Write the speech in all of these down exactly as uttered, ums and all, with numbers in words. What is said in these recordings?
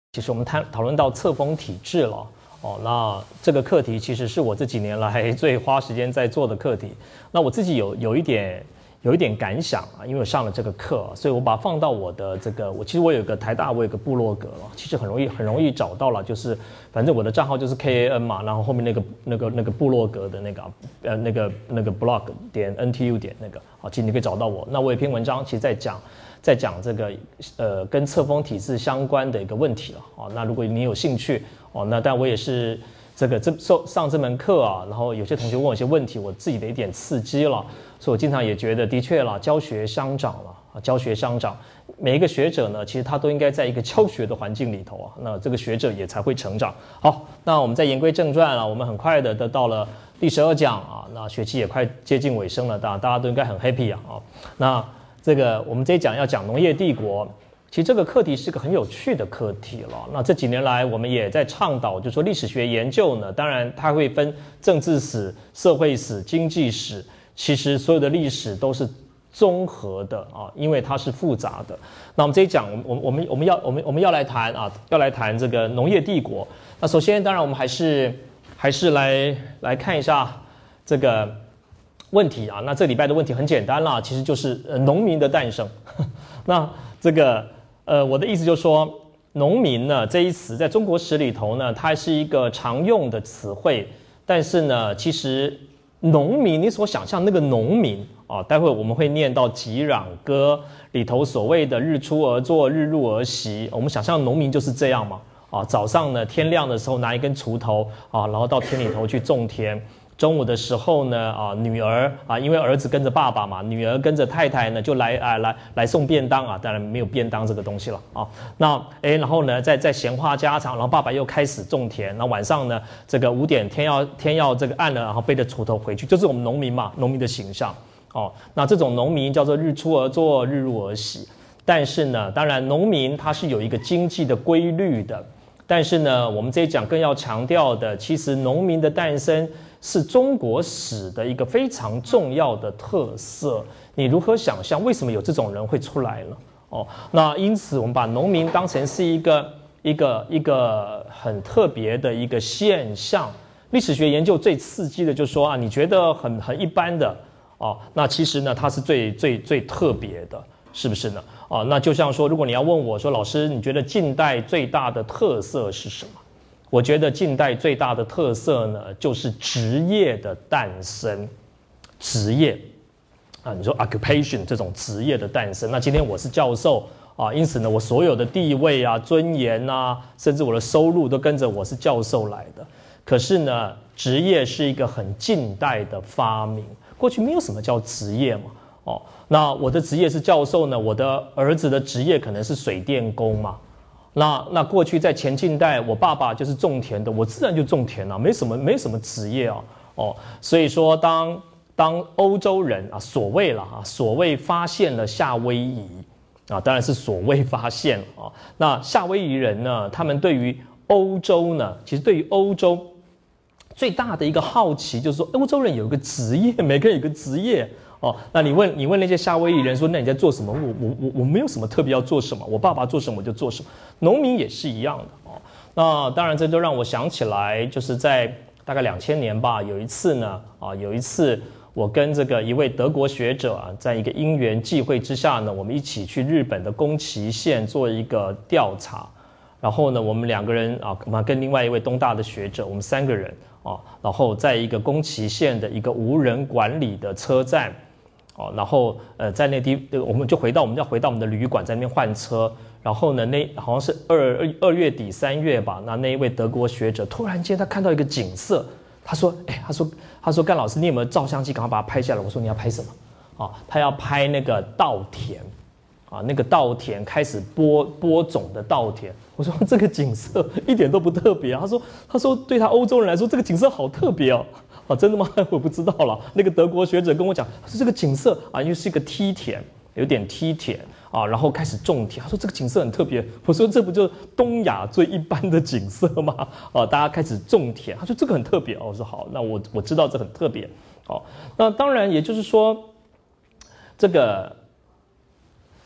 其实我们谈讨论到册封体制了哦，那这个课题其实是我这几年来最花时间在做的课题。那我自己有有一点有一点感想啊，因为我上了这个课，所以我把它放到我的这个我其实我有个台大我有个部落格了，其实很容易很容易找到了，就是反正我的账号就是 K A N 嘛，然后后面那个那个那个部落格的那个呃那个那个 blog 点 N T U 点那个啊，其实你可以找到我。那我有一篇文章，其实在讲。在讲这个呃跟册封体制相关的一个问题了哦，那如果你有兴趣哦，那但我也是这个这受上这门课啊，然后有些同学问我一些问题，我自己的一点刺激了，所以我经常也觉得的确啦，教学相长了啊，教学相长，每一个学者呢，其实他都应该在一个教学的环境里头啊，那这个学者也才会成长。好，那我们再言归正传了，我们很快的得到了第十二讲啊，那学期也快接近尾声了，大大家都应该很 happy 啊，哦，那。这个我们这一讲要讲农业帝国，其实这个课题是个很有趣的课题了。那这几年来，我们也在倡导，就是说历史学研究呢，当然它会分政治史、社会史、经济史，其实所有的历史都是综合的啊，因为它是复杂的。那我们这一讲，我们我们我们要我们我们要来谈啊，要来谈这个农业帝国。那首先，当然我们还是还是来来看一下这个。问题啊，那这礼拜的问题很简单啦，其实就是呃农民的诞生。那这个呃我的意思就是说，农民呢这一词在中国史里头呢，它是一个常用的词汇，但是呢，其实农民你所想象那个农民啊，待会我们会念到《击壤歌》里头所谓的日出而作，日入而息，我们想象农民就是这样嘛啊，早上呢天亮的时候拿一根锄头啊，然后到田里头去种田。中午的时候呢，啊，女儿啊，因为儿子跟着爸爸嘛，女儿跟着太太呢，就来啊来来送便当啊，当然没有便当这个东西了啊。那哎，然后呢，再再闲话家常，然后爸爸又开始种田。那晚上呢，这个五点天要天要这个暗了，然后背着锄头回去，就是我们农民嘛，农民的形象哦。那这种农民叫做日出而作，日入而息。但是呢，当然农民他是有一个经济的规律的。但是呢，我们这一讲更要强调的，其实农民的诞生。是中国史的一个非常重要的特色。你如何想象为什么有这种人会出来呢？哦，那因此我们把农民当成是一个一个一个很特别的一个现象。历史学研究最刺激的就是说啊，你觉得很很一般的哦，那其实呢它是最最最特别的，是不是呢？哦，那就像说，如果你要问我说，老师，你觉得近代最大的特色是什么？我觉得近代最大的特色呢，就是职业的诞生。职业啊，你说 occupation 这种职业的诞生。那今天我是教授啊，因此呢，我所有的地位啊、尊严啊，甚至我的收入都跟着我是教授来的。可是呢，职业是一个很近代的发明，过去没有什么叫职业嘛。哦，那我的职业是教授呢，我的儿子的职业可能是水电工嘛。那那过去在前近代，我爸爸就是种田的，我自然就种田了，没什么没什么职业啊，哦，所以说当当欧洲人啊，所谓了啊，所谓发现了夏威夷啊，当然是所谓发现了啊，那夏威夷人呢，他们对于欧洲呢，其实对于欧洲最大的一个好奇就是说，欧洲人有一个职业，每个人有个职业。哦，那你问你问那些夏威夷人说，那你在做什么？我我我我没有什么特别要做什么，我爸爸做什么我就做什么。农民也是一样的哦。那当然，这就让我想起来，就是在大概两千年吧，有一次呢，啊，有一次我跟这个一位德国学者啊，在一个因缘际会之下呢，我们一起去日本的宫崎县做一个调查。然后呢，我们两个人啊，跟另外一位东大的学者，我们三个人啊，然后在一个宫崎县的一个无人管理的车站。哦，然后呃，在那地，我们就回到我们要回到我们的旅馆，在那边换车。然后呢，那好像是二二二月底三月吧。那那一位德国学者突然间他看到一个景色，他说：“哎，他说他说甘老师，你有没有照相机？赶快把它拍下来。”我说：“你要拍什么？”啊，他要拍那个稻田，啊，那个稻田开始播播种的稻田。我说这个景色一点都不特别啊。他说他说对他欧洲人来说，这个景色好特别哦。啊，真的吗？我不知道了。那个德国学者跟我讲，他说这个景色啊，因为是一个梯田，有点梯田啊，然后开始种田。他说这个景色很特别。我说这不就是东亚最一般的景色吗？啊，大家开始种田。他说这个很特别。我说好，那我我知道这很特别。哦，那当然也就是说，这个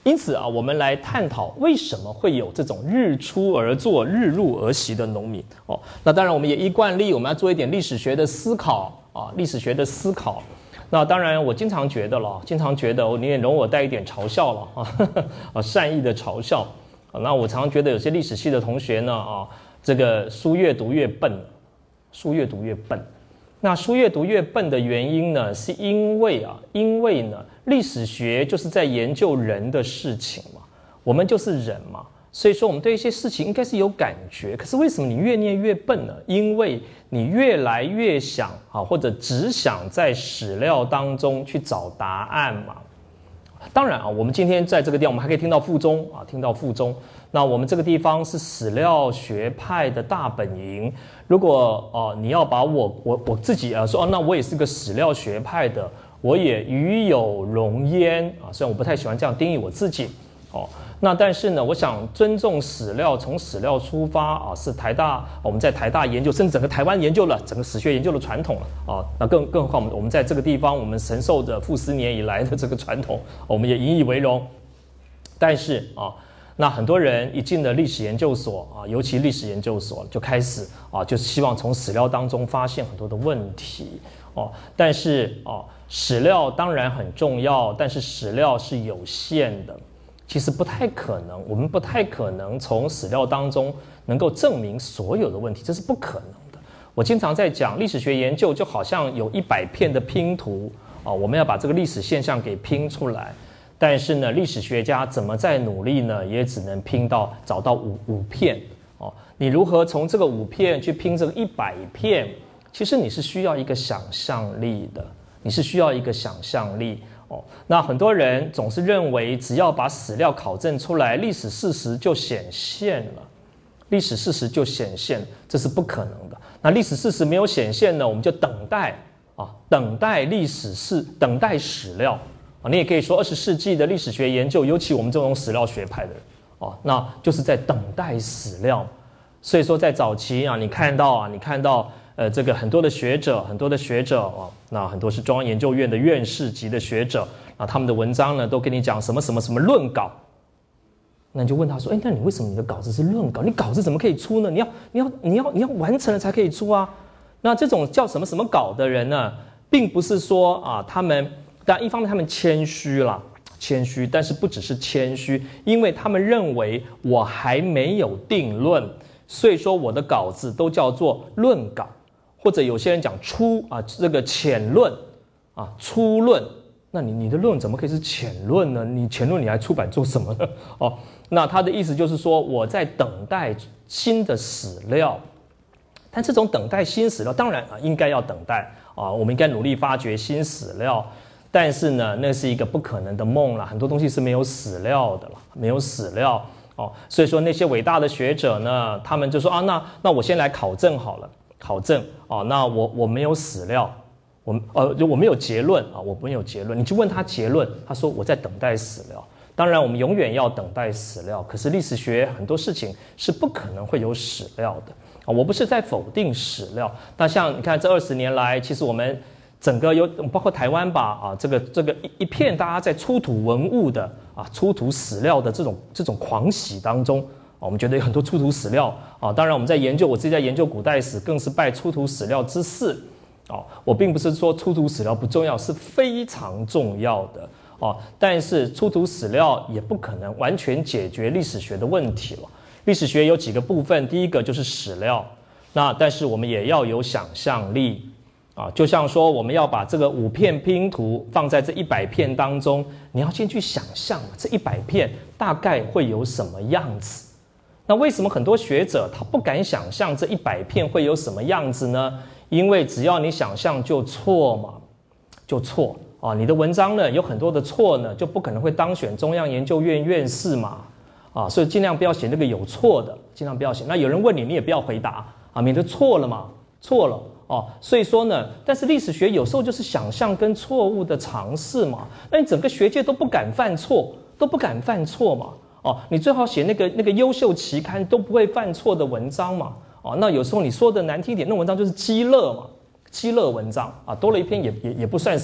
因此啊，我们来探讨为什么会有这种日出而作、日入而息的农民哦。那当然，我们也依惯例，我们要做一点历史学的思考啊，历史学的思考。那当然，我经常觉得了，经常觉得你也容我带一点嘲笑了啊，呵呵啊，善意的嘲笑。那我常常觉得有些历史系的同学呢啊，这个书越读越笨，书越读越笨。那书越读越笨的原因呢，是因为啊，因为呢，历史学就是在研究人的事情嘛，我们就是人嘛，所以说我们对一些事情应该是有感觉。可是为什么你越念越笨呢？因为你越来越想啊，或者只想在史料当中去找答案嘛。当然啊，我们今天在这个地方，我们还可以听到附中啊，听到附中。那我们这个地方是史料学派的大本营。如果哦、呃，你要把我我我自己啊说哦，那我也是个史料学派的，我也与有荣焉啊。虽然我不太喜欢这样定义我自己哦，那但是呢，我想尊重史料，从史料出发啊，是台大我们在台大研究，甚至整个台湾研究了整个史学研究的传统了啊。那更更何况我们我们在这个地方，我们承受着傅斯年以来的这个传统，我们也引以为荣。但是啊。那很多人一进了历史研究所啊，尤其历史研究所就开始啊，就希望从史料当中发现很多的问题哦。但是啊，史料当然很重要，但是史料是有限的，其实不太可能，我们不太可能从史料当中能够证明所有的问题，这是不可能的。我经常在讲历史学研究，就好像有一百片的拼图啊，我们要把这个历史现象给拼出来。但是呢，历史学家怎么再努力呢，也只能拼到找到五五片哦。你如何从这个五片去拼这个一百片？其实你是需要一个想象力的，你是需要一个想象力哦。那很多人总是认为，只要把史料考证出来，历史事实就显现了，历史事实就显现，这是不可能的。那历史事实没有显现呢，我们就等待啊，等待历史是等待史料。啊，你也可以说二十世纪的历史学研究，尤其我们这种史料学派的人，哦，那就是在等待史料。所以说，在早期啊，你看到啊，你看到呃，这个很多的学者，很多的学者啊，那很多是中央研究院的院士级的学者啊，他们的文章呢，都跟你讲什么什么什么论稿。那你就问他说，哎，那你为什么你的稿子是论稿？你稿子怎么可以出呢？你要你要你要你要完成了才可以出啊。那这种叫什么什么稿的人呢，并不是说啊，他们。但一方面他们谦虚啦，谦虚，但是不只是谦虚，因为他们认为我还没有定论，所以说我的稿子都叫做论稿，或者有些人讲初啊，这个浅论啊，初论。那你你的论怎么可以是浅论呢？你浅论你还出版做什么呢？哦，那他的意思就是说我在等待新的史料，但这种等待新史料，当然啊应该要等待啊，我们应该努力发掘新史料。但是呢，那是一个不可能的梦啦，很多东西是没有史料的啦，没有史料哦。所以说那些伟大的学者呢，他们就说啊，那那我先来考证好了，考证哦，那我我没有史料，我呃就我没有结论啊，我没有结论。你去问他结论，他说我在等待史料。当然，我们永远要等待史料，可是历史学很多事情是不可能会有史料的啊。我不是在否定史料，那像你看这二十年来，其实我们。整个有包括台湾吧啊，这个这个一一片大家在出土文物的啊，出土史料的这种这种狂喜当中啊，我们觉得有很多出土史料啊。当然我们在研究，我自己在研究古代史，更是拜出土史料之赐啊。我并不是说出土史料不重要，是非常重要的啊。但是出土史料也不可能完全解决历史学的问题了。历史学有几个部分，第一个就是史料，那但是我们也要有想象力。啊，就像说我们要把这个五片拼图放在这一百片当中，你要先去想象这一百片大概会有什么样子。那为什么很多学者他不敢想象这一百片会有什么样子呢？因为只要你想象就错嘛，就错啊！你的文章呢有很多的错呢，就不可能会当选中央研究院院士嘛。啊，所以尽量不要写那个有错的，尽量不要写。那有人问你，你也不要回答啊，免得错了嘛，错了。哦，所以说呢，但是历史学有时候就是想象跟错误的尝试嘛。那你整个学界都不敢犯错，都不敢犯错嘛。哦，你最好写那个那个优秀期刊都不会犯错的文章嘛。哦，那有时候你说的难听点，那文章就是鸡肋嘛，鸡肋文章啊，多了一篇也也也不算什么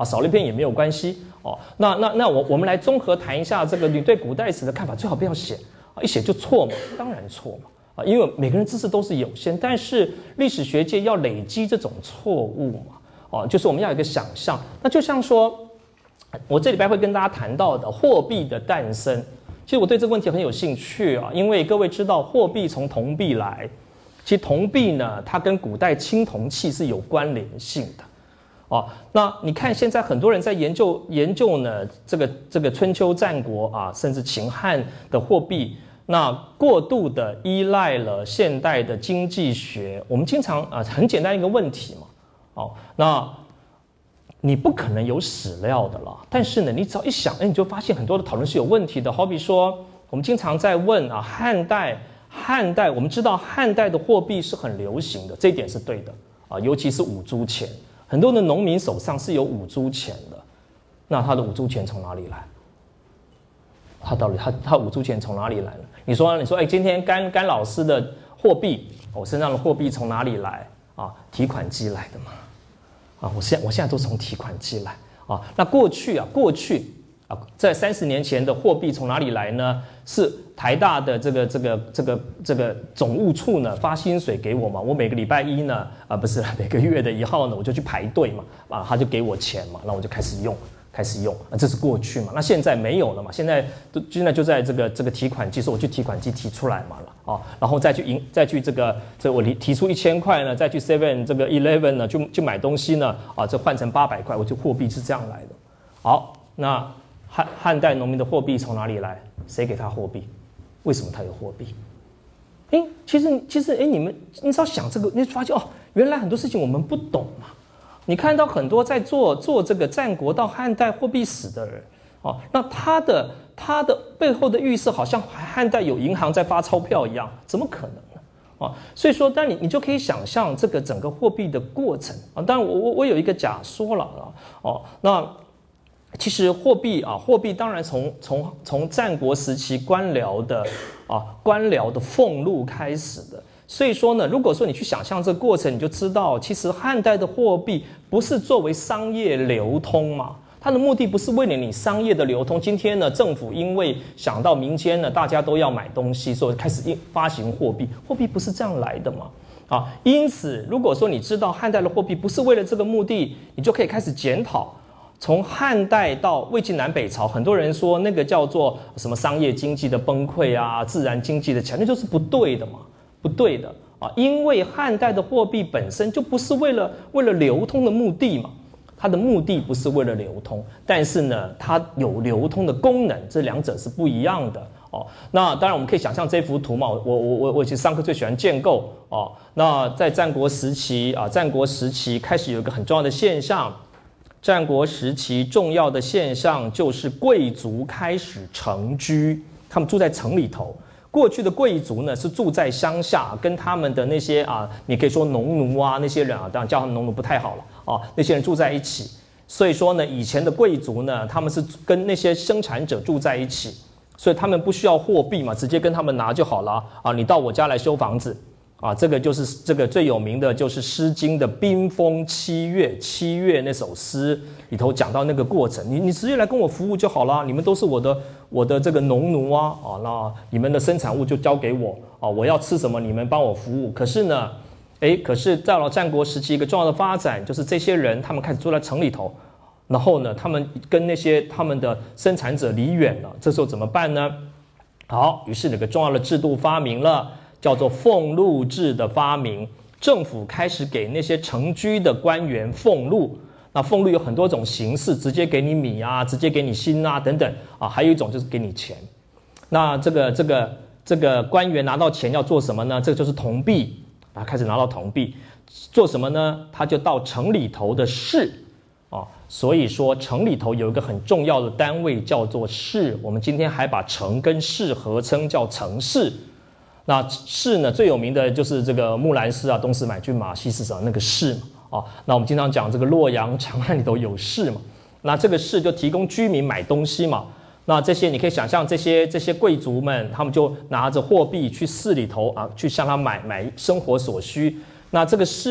啊，少了一篇也没有关系哦。那那那我我们来综合谈一下这个你对古代史的看法，最好不要写啊，一写就错嘛，当然错嘛啊，因为每个人知识都是有限，但是历史学界要累积这种错误嘛，哦，就是我们要有一个想象。那就像说，我这礼拜会跟大家谈到的货币的诞生。其实我对这个问题很有兴趣啊，因为各位知道货币从铜币来，其实铜币呢，它跟古代青铜器是有关联性的，哦，那你看现在很多人在研究研究呢，这个这个春秋战国啊，甚至秦汉的货币，那过度的依赖了现代的经济学。我们经常啊，很简单一个问题嘛，哦，那。你不可能有史料的了，但是呢，你只要一想，哎，你就发现很多的讨论是有问题的。好比说，我们经常在问啊，汉代，汉代，我们知道汉代的货币是很流行的，这一点是对的啊，尤其是五铢钱，很多的农民手上是有五铢钱的，那他的五铢钱从哪里来？他到底他他五铢钱从哪里来呢？你说你说，哎，今天甘甘老师的货币，我身上的货币从哪里来啊？提款机来的嘛。啊，我现在我现在都从提款机来啊。那过去啊，过去啊，在三十年前的货币从哪里来呢？是台大的这个这个这个这个总务处呢发薪水给我嘛。我每个礼拜一呢，啊不是每个月的一号呢，我就去排队嘛，啊他就给我钱嘛，那我就开始用。开始用啊，这是过去嘛？那现在没有了嘛？现在都现在就在这个这个提款机，说我去提款机提出来嘛了啊，然后再去赢，再去这个这我提提出一千块呢，再去 Seven 这个 Eleven 呢，就就买东西呢啊，这换成八百块，我就货币是这样来的。好，那汉汉代农民的货币从哪里来？谁给他货币？为什么他有货币？哎，其实其实哎，你们你只要想这个，你就发现哦，原来很多事情我们不懂嘛。你看到很多在做做这个战国到汉代货币史的人，哦，那他的他的背后的预设好像汉代有银行在发钞票一样，怎么可能呢？哦，所以说，当你你就可以想象这个整个货币的过程啊。当然我，我我有一个假说了啊，哦，那其实货币啊，货币当然从从从战国时期官僚的啊官僚的俸禄开始的。所以说呢，如果说你去想象这个过程，你就知道，其实汉代的货币不是作为商业流通嘛，它的目的不是为了你商业的流通。今天呢，政府因为想到民间呢，大家都要买东西，所以开始发行货币。货币不是这样来的嘛，啊，因此如果说你知道汉代的货币不是为了这个目的，你就可以开始检讨。从汉代到魏晋南北朝，很多人说那个叫做什么商业经济的崩溃啊，自然经济的强，那就是不对的嘛。不对的啊，因为汉代的货币本身就不是为了为了流通的目的嘛，它的目的不是为了流通，但是呢，它有流通的功能，这两者是不一样的哦。那当然我们可以想象这幅图嘛，我我我我其实上课最喜欢建构哦。那在战国时期啊，战国时期开始有一个很重要的现象，战国时期重要的现象就是贵族开始城居，他们住在城里头。过去的贵族呢是住在乡下，跟他们的那些啊，你可以说农奴啊那些人啊，当然叫他们农奴不太好了啊，那些人住在一起。所以说呢，以前的贵族呢，他们是跟那些生产者住在一起，所以他们不需要货币嘛，直接跟他们拿就好了啊。你到我家来修房子啊，这个就是这个最有名的就是《诗经》的《冰封七月》，七月那首诗里头讲到那个过程，你你直接来跟我服务就好了，你们都是我的。我的这个农奴啊，啊，那你们的生产物就交给我啊，我要吃什么，你们帮我服务。可是呢，哎，可是到了战国时期，一个重要的发展就是这些人他们开始住在城里头，然后呢，他们跟那些他们的生产者离远了，这时候怎么办呢？好，于是有个重要的制度发明了，叫做俸禄制的发明，政府开始给那些城居的官员俸禄。那俸禄有很多种形式，直接给你米啊，直接给你薪啊，等等啊，还有一种就是给你钱。那这个这个这个官员拿到钱要做什么呢？这个就是铜币，他开始拿到铜币，做什么呢？他就到城里头的市啊，所以说城里头有一个很重要的单位叫做市，我们今天还把城跟市合称叫城市。那市呢，最有名的就是这个木兰诗啊，东市买骏马，西市场那个市嘛。哦，那我们经常讲这个洛阳、长安里头有市嘛，那这个市就提供居民买东西嘛。那这些你可以想象，这些这些贵族们，他们就拿着货币去市里头啊，去向他买买生活所需。那这个市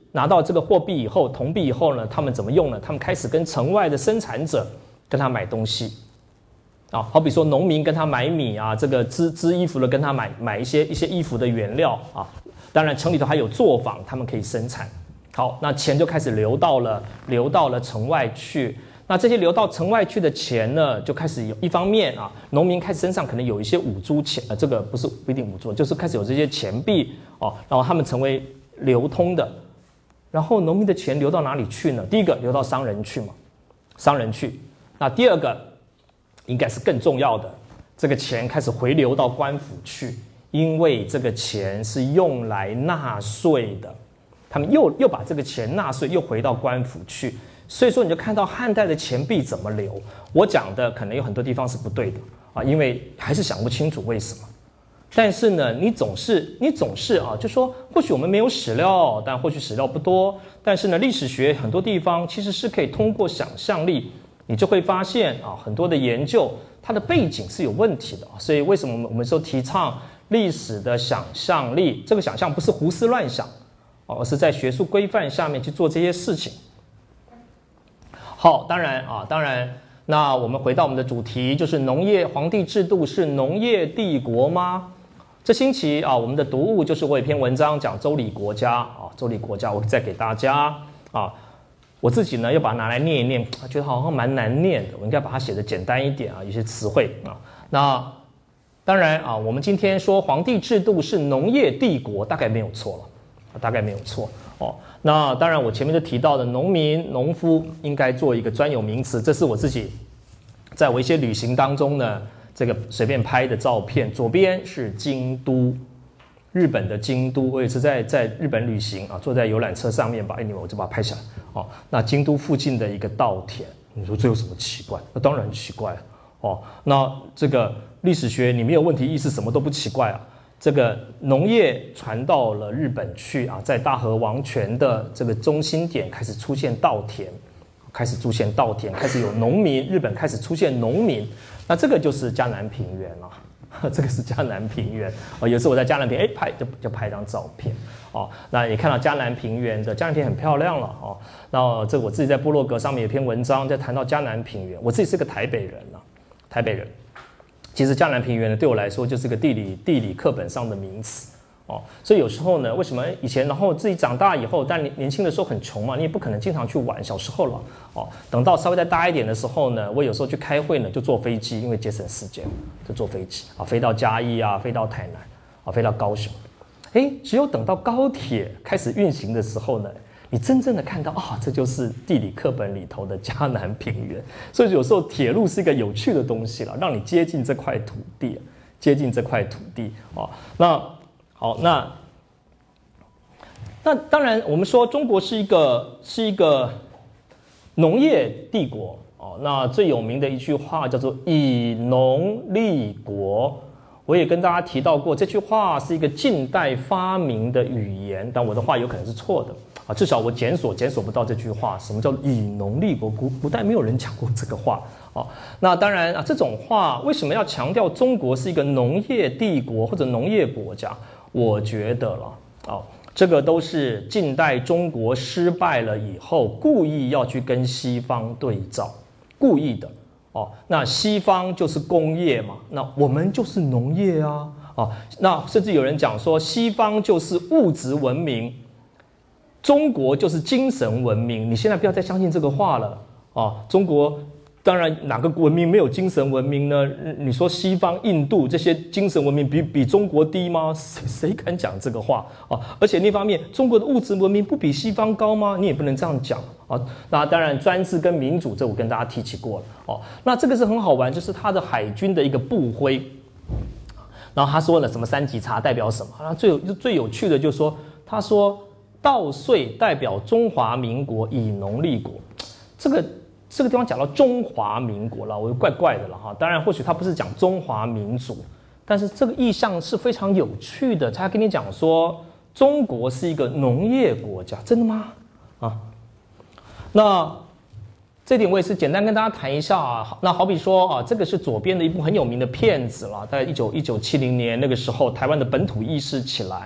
拿到这个货币以后，铜币以后呢，他们怎么用呢？他们开始跟城外的生产者跟他买东西。啊，好比说农民跟他买米啊，这个织织衣服的跟他买买一些一些衣服的原料啊。当然城里头还有作坊，他们可以生产。好，那钱就开始流到了流到了城外去。那这些流到城外去的钱呢，就开始有一方面啊，农民开始身上可能有一些五铢钱，呃，这个不是不一定五铢，就是开始有这些钱币哦，然后他们成为流通的。然后农民的钱流到哪里去呢？第一个流到商人去嘛，商人去。那第二个应该是更重要的，这个钱开始回流到官府去，因为这个钱是用来纳税的，他们又又把这个钱纳税又回到官府去。所以说，你就看到汉代的钱币怎么流。我讲的可能有很多地方是不对的啊，因为还是想不清楚为什么。但是呢，你总是你总是啊，就说或许我们没有史料，但或许史料不多。但是呢，历史学很多地方其实是可以通过想象力，你就会发现啊，很多的研究它的背景是有问题的。所以为什么我们说提倡历史的想象力？这个想象不是胡思乱想，而是在学术规范下面去做这些事情。好，当然啊，当然，那我们回到我们的主题，就是农业皇帝制度是农业帝国吗？这星期啊，我们的读物就是我有一篇文章讲周礼国家啊，周礼国家，我再给大家啊，我自己呢又把它拿来念一念，觉得好像蛮难念的，我应该把它写得简单一点啊，有些词汇啊。那当然啊，我们今天说皇帝制度是农业帝国，大概没有错了，大概没有错哦。那当然，我前面就提到的农民、农夫应该做一个专有名词，这是我自己在我一些旅行当中呢，这个随便拍的照片。左边是京都，日本的京都，我也是在在日本旅行啊，坐在游览车上面吧，哎，你们我就把它拍下来哦。那京都附近的一个稻田，你说这有什么奇怪？那当然很奇怪哦。那这个历史学你没有问题意识，什么都不奇怪啊。这个农业传到了日本去啊，在大和王权的这个中心点开始出现稻田，开始出现稻田，开始有农民，日本开始出现农民，那这个就是嘉南平原了，这个是嘉南平原哦。有一次我在嘉南平原，哎，拍就就拍一张照片哦。那也看到嘉南平原的嘉南平原很漂亮了哦。那这个我自己在部落格上面有篇文章在谈到嘉南平原，我自己是个台北人啊，台北人。其实嘉南平原呢，对我来说就是个地理地理课本上的名词哦。所以有时候呢，为什么以前然后自己长大以后，但年轻的时候很穷嘛，你也不可能经常去玩。小时候了哦，等到稍微再大一点的时候呢，我有时候去开会呢，就坐飞机，因为节省时间，就坐飞机啊，飞到嘉义啊，飞到台南啊，飞到高雄。哎，只有等到高铁开始运行的时候呢，你真正的看到啊、哦，这就是地理课本里头的嘉南平原。所以有时候铁路是一个有趣的东西了，让你接近这块土地，接近这块土地哦。那好，那那当然，我们说中国是一个是一个农业帝国哦。那最有名的一句话叫做“以农立国”。我也跟大家提到过，这句话是一个近代发明的语言，但我的话有可能是错的啊。至少我检索检索不到这句话。什么叫以农立国？古古代没有人讲过这个话哦。那当然啊，这种话为什么要强调中国是一个农业帝国或者农业国家？我觉得了哦，这个都是近代中国失败了以后，故意要去跟西方对照，故意的。哦，那西方就是工业嘛，那我们就是农业啊，哦，那甚至有人讲说，西方就是物质文明，中国就是精神文明。你现在不要再相信这个话了哦。中国当然哪个文明没有精神文明呢？你说西方、印度这些精神文明比比中国低吗？谁谁敢讲这个话啊？而且那方面，中国的物质文明不比西方高吗？你也不能这样讲啊。那当然，专制跟民主，这我跟大家提起过了哦。那这个是很好玩，就是他的海军的一个部徽。然后他说了什么三级茶代表什么？那最有最有趣的就是说，他说稻穗代表中华民国以农立国，这个。这个地方讲到中华民国了，我就怪怪的了哈。当然，或许他不是讲中华民族，但是这个意象是非常有趣的。他跟你讲说，中国是一个农业国家，真的吗？啊，那这点我也是简单跟大家谈一下啊。那好比说啊，这个是左边的一部很有名的片子了，在一九一九七零年那个时候，台湾的本土意识起来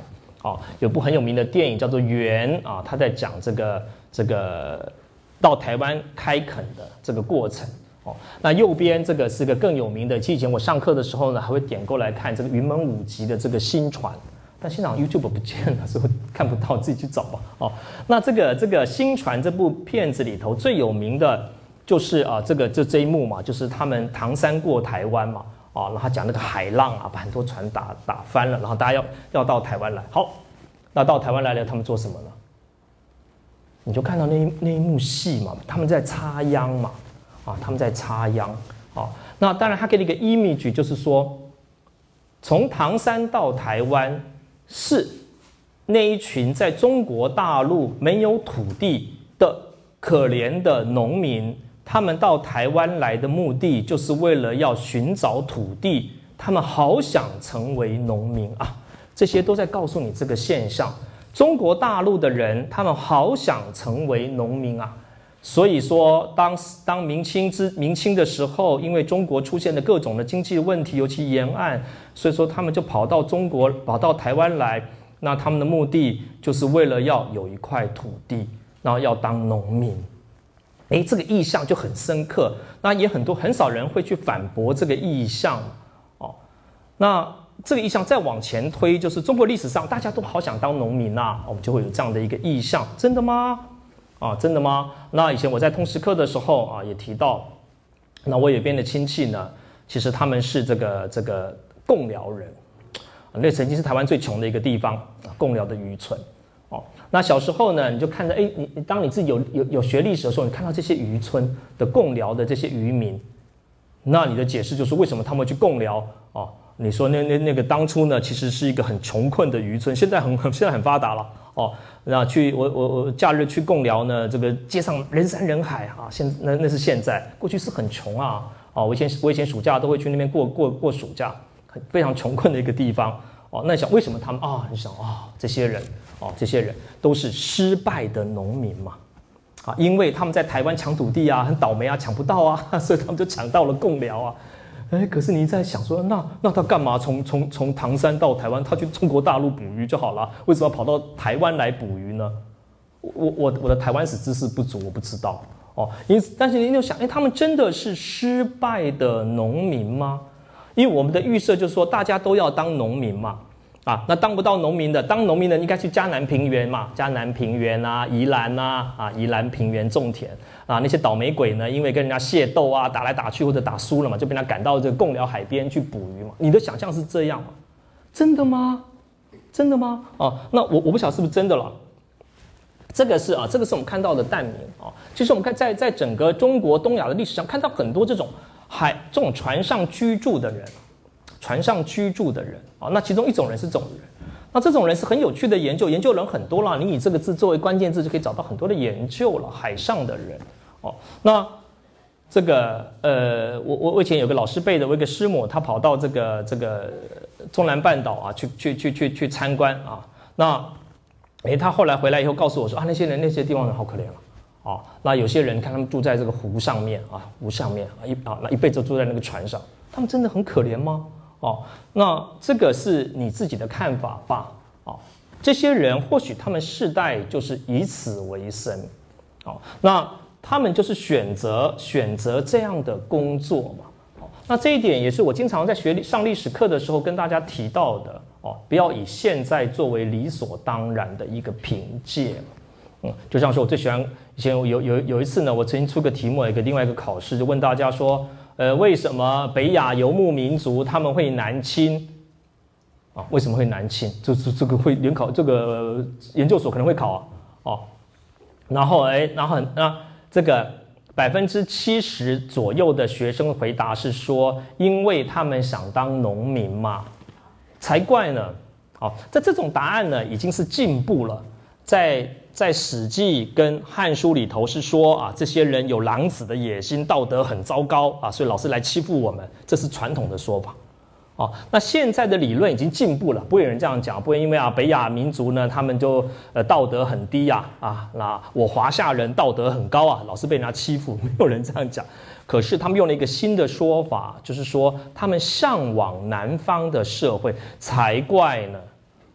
哦，有部很有名的电影叫做《缘》啊，他在讲这个这个到台湾开垦的这个过程。哦，那右边这个是个更有名的，其实以前我上课的时候呢，还会点过来看这个云门舞集的这个新传，但现场 YouTube 不见了，所以看不到，自己去找吧。哦，那这个这个新传这部片子里头最有名的就是啊，这个就这一幕嘛，就是他们唐山过台湾嘛，啊，然后他讲那个海浪啊，把很多船打打翻了，然后大家要要到台湾来。好，那到台湾来了，他们做什么呢？你就看到那一那一幕戏嘛，他们在插秧嘛。啊，他们在插秧啊。那当然，他给你一个 image， 就是说，从唐山到台湾是那一群在中国大陆没有土地的可怜的农民，他们到台湾来的目的，就是为了要寻找土地，他们好想成为农民啊。这些都在告诉你这个现象：中国大陆的人，他们好想成为农民啊。所以说，当当明清之明清的时候，因为中国出现了各种的经济问题，尤其沿岸，所以说他们就跑到中国，跑到台湾来。那他们的目的就是为了要有一块土地，然后要当农民。哎，这个意象就很深刻。那也很多很少人会去反驳这个意象哦。那这个意象再往前推，就是中国历史上大家都好想当农民啊，我们就会有这样的一个意象。真的吗？啊，真的吗？那以前我在通识课的时候啊，也提到，那我有边的亲戚呢，其实他们是这个这个贡寮人，啊，那曾经是台湾最穷的一个地方，啊，贡寮的渔村。哦，那小时候呢，你就看着，哎，你当你自己有有有学历史的时候，你看到这些渔村的贡寮的这些渔民，那你的解释就是为什么他们会去贡寮？哦，你说那那那个当初呢，其实是一个很穷困的渔村，现在很现在很发达了。哦，那去我我我假日去贡寮呢，这个街上人山人海啊，现那那是现在，过去是很穷啊。哦，我以前我以前暑假都会去那边过过过暑假，很非常穷困的一个地方。哦，那你想为什么他们啊？你想啊，这些人哦，这些人都是失败的农民嘛。啊，因为他们在台湾抢土地啊，很倒霉啊，抢不到啊，所以他们就抢到了贡寮啊。哎，可是你在想说，那那他干嘛从从从唐山到台湾，他去中国大陆捕鱼就好了，为什么要跑到台湾来捕鱼呢？我我我的台湾史知识不足，我不知道哦。因此，但是你就想，哎，他们真的是失败的农民吗？因为我们的预设就是说，大家都要当农民嘛。啊，那当不到农民的，当农民的应该去嘉南平原嘛，嘉南平原啊，宜兰啊，啊，宜兰平原种田啊，那些倒霉鬼呢，因为跟人家械斗啊，打来打去或者打输了嘛，就被他赶到这个贡寮海边去捕鱼嘛。你的想象是这样吗？真的吗？真的吗？啊，那我我不晓得是不是真的了。这个是啊，这个是我们看到的蛋民啊。其实我们看在在整个中国东亚的历史上，看到很多这种海这种船上居住的人。船上居住的人啊，那其中一种人是这种人，那这种人是很有趣的研究，研究人很多啦。你以这个字作为关键字，就可以找到很多的研究了。海上的人哦，那这个呃，我我我以前有个老师辈的，我一个师母，她跑到这个这个中南半岛啊，去去去去去参观啊。那诶，她后来回来以后告诉我说啊，那些人那些地方人好可怜啊。啊，那有些人看他们住在这个湖上面啊，湖上面啊，一啊那一辈子住在那个船上，他们真的很可怜吗？哦，那这个是你自己的看法吧？哦，这些人或许他们世代就是以此为生，哦，那他们就是选择选择这样的工作嘛。哦，那这一点也是我经常在学上历史课的时候跟大家提到的。哦，不要以现在作为理所当然的一个凭借。嗯，就像说我最喜欢以前有有有一次呢，我曾经出个题目，有一个另外一个考试，就问大家说。呃，为什么北亚游牧民族他们会南侵？啊，为什么会南侵？这这这个会联考，这个研究所可能会考啊。哦，然后哎，然后那这个百分之七十左右的学生回答是说，因为他们想当农民嘛，才怪呢。好，在这种答案呢已经是进步了，在。在《史记》跟《汉书》里头是说啊，这些人有狼子的野心，道德很糟糕啊，所以老是来欺负我们，这是传统的说法。哦，那现在的理论已经进步了，不会有人这样讲，不会因为啊北亚民族呢，他们就呃道德很低呀，啊，那我华夏人道德很高啊，老是被人家欺负，没有人这样讲。可是他们用了一个新的说法，就是说他们向往南方的社会才怪呢。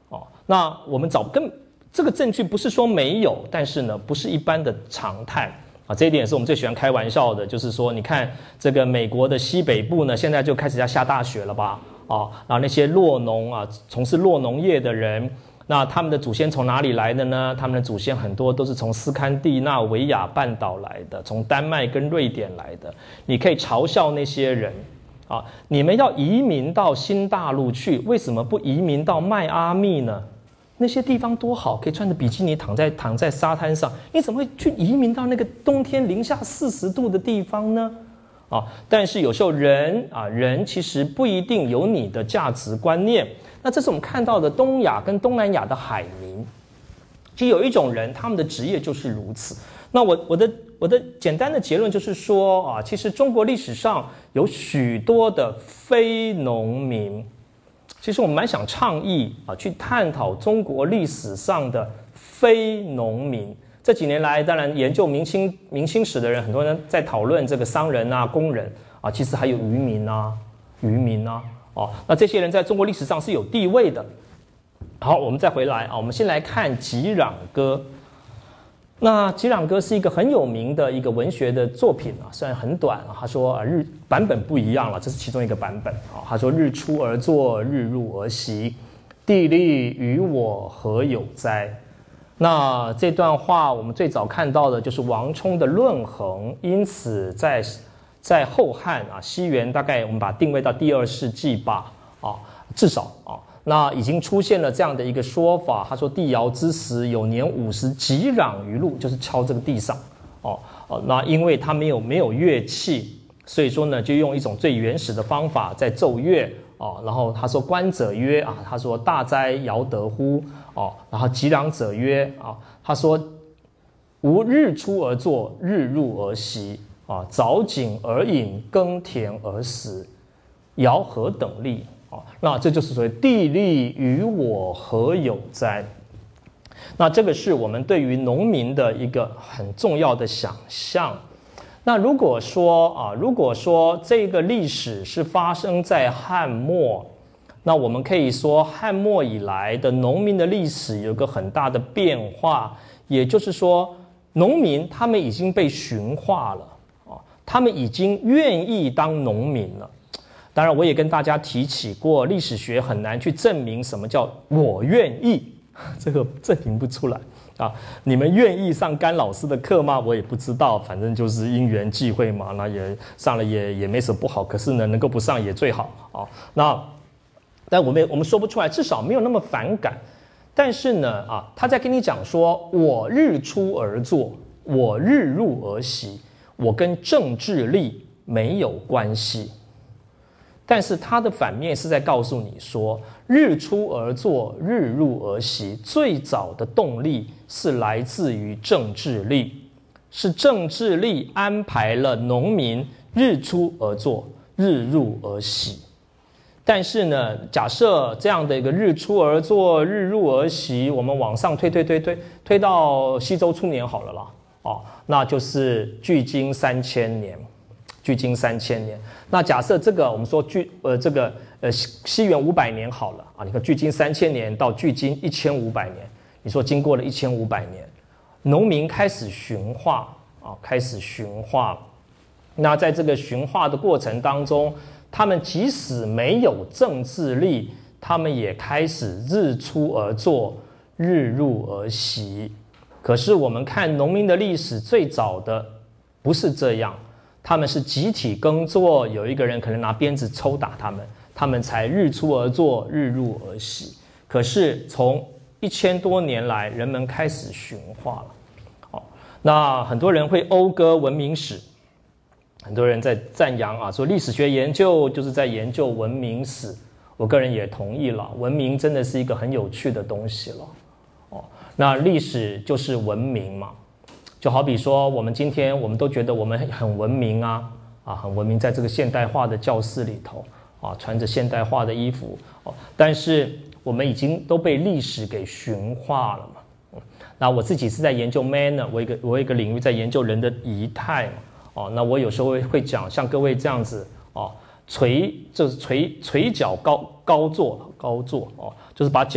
那我们找跟这个证据不是说没有，但是呢，不是一般的常态啊。这一点也是我们最喜欢开玩笑的，就是说，你看这个美国的西北部呢，现在就开始要下大雪了吧？啊，然后那些酪农啊，从事酪农业的人，那他们的祖先从哪里来的呢？他们的祖先很多都是从斯堪的纳维亚半岛来的，从丹麦跟瑞典来的。你可以嘲笑那些人啊，你们要移民到新大陆去，为什么不移民到迈阿密呢？那些地方多好，可以穿着比基尼躺在躺在沙滩上，你怎么会去移民到那个冬天零下四十度的地方呢？啊，但是有时候人啊，人其实不一定有你的价值观念。那这是我们看到的东亚跟东南亚的海民，其实有一种人，他们的职业就是如此。那我我的我的简单的结论就是说啊，其实中国历史上有许多的非农民。其实我们蛮想倡议啊，去探讨中国历史上的非农民。这几年来，当然研究明清明清史的人，很多人在讨论这个商人啊、工人啊，其实还有渔民啊、渔民啊，哦，那这些人在中国历史上是有地位的。好，我们再回来啊，我们先来看《击壤歌》。那《击壤歌》是一个很有名的一个文学的作品啊，虽然很短啊。他说啊，日版本不一样了，这是其中一个版本啊。他说：“日出而作，日入而息，地利与我何有哉？”那这段话我们最早看到的就是王充的《论衡》，因此在在后汉啊，西元大概我们把它定位到第二世纪吧啊，至少啊。那已经出现了这样的一个说法，他说：“地尧之时，有年五十，击壤于陆，就是敲这个地上。哦哦，那因为他没有没有乐器，所以说呢，就用一种最原始的方法在奏乐。哦，然后他说：“观者曰啊，他说大哉尧得乎？哦，然后击壤者曰啊，他说吾日出而作，日入而息。啊，凿井而饮，耕田而食，尧何等利？”哦，那这就是所谓地利与我何有哉？那这个是我们对于农民的一个很重要的想象。那如果说啊，如果说这个历史是发生在汉末，那我们可以说汉末以来的农民的历史有个很大的变化，也就是说，农民他们已经被驯化了啊，他们已经愿意当农民了。当然，我也跟大家提起过，历史学很难去证明什么叫我愿意，这个证明不出来啊。你们愿意上甘老师的课吗？我也不知道，反正就是因缘际会嘛。那也上了也也没什么不好，可是呢，能够不上也最好啊。那但我们我们说不出来，至少没有那么反感。但是呢，啊，他在跟你讲说，我日出而作，我日入而息，我跟政治力没有关系。但是它的反面是在告诉你说，日出而作，日入而息，最早的动力是来自于政治力，是政治力安排了农民日出而作，日入而息。但是呢，假设这样的一个日出而作，日入而息，我们往上推推推推推到西周初年好了啦，哦，那就是距今三千年。距今三千年，那假设这个我们说距呃这个呃西元五百年好了啊，你看距今三千年到距今一千五百年，你说经过了一千五百年，农民开始驯化啊，开始驯化。那在这个驯化的过程当中，他们即使没有政治力，他们也开始日出而作，日入而息。可是我们看农民的历史，最早的不是这样。他们是集体耕作，有一个人可能拿鞭子抽打他们，他们才日出而作，日入而息。可是从一千多年来，人们开始驯化了。哦，那很多人会讴歌文明史，很多人在赞扬啊，说历史学研究就是在研究文明史。我个人也同意了，文明真的是一个很有趣的东西了。哦，那历史就是文明嘛。就好比说，我们今天我们都觉得我们很文明啊，啊，很文明，在这个现代化的教室里头啊，穿着现代化的衣服哦，但是我们已经都被历史给驯化了嘛。嗯，那我自己是在研究 manner， 我一个我有一个领域在研究人的仪态嘛。哦，那我有时候会会讲，像各位这样子哦，垂就是垂垂脚高高坐高坐哦，就是把脚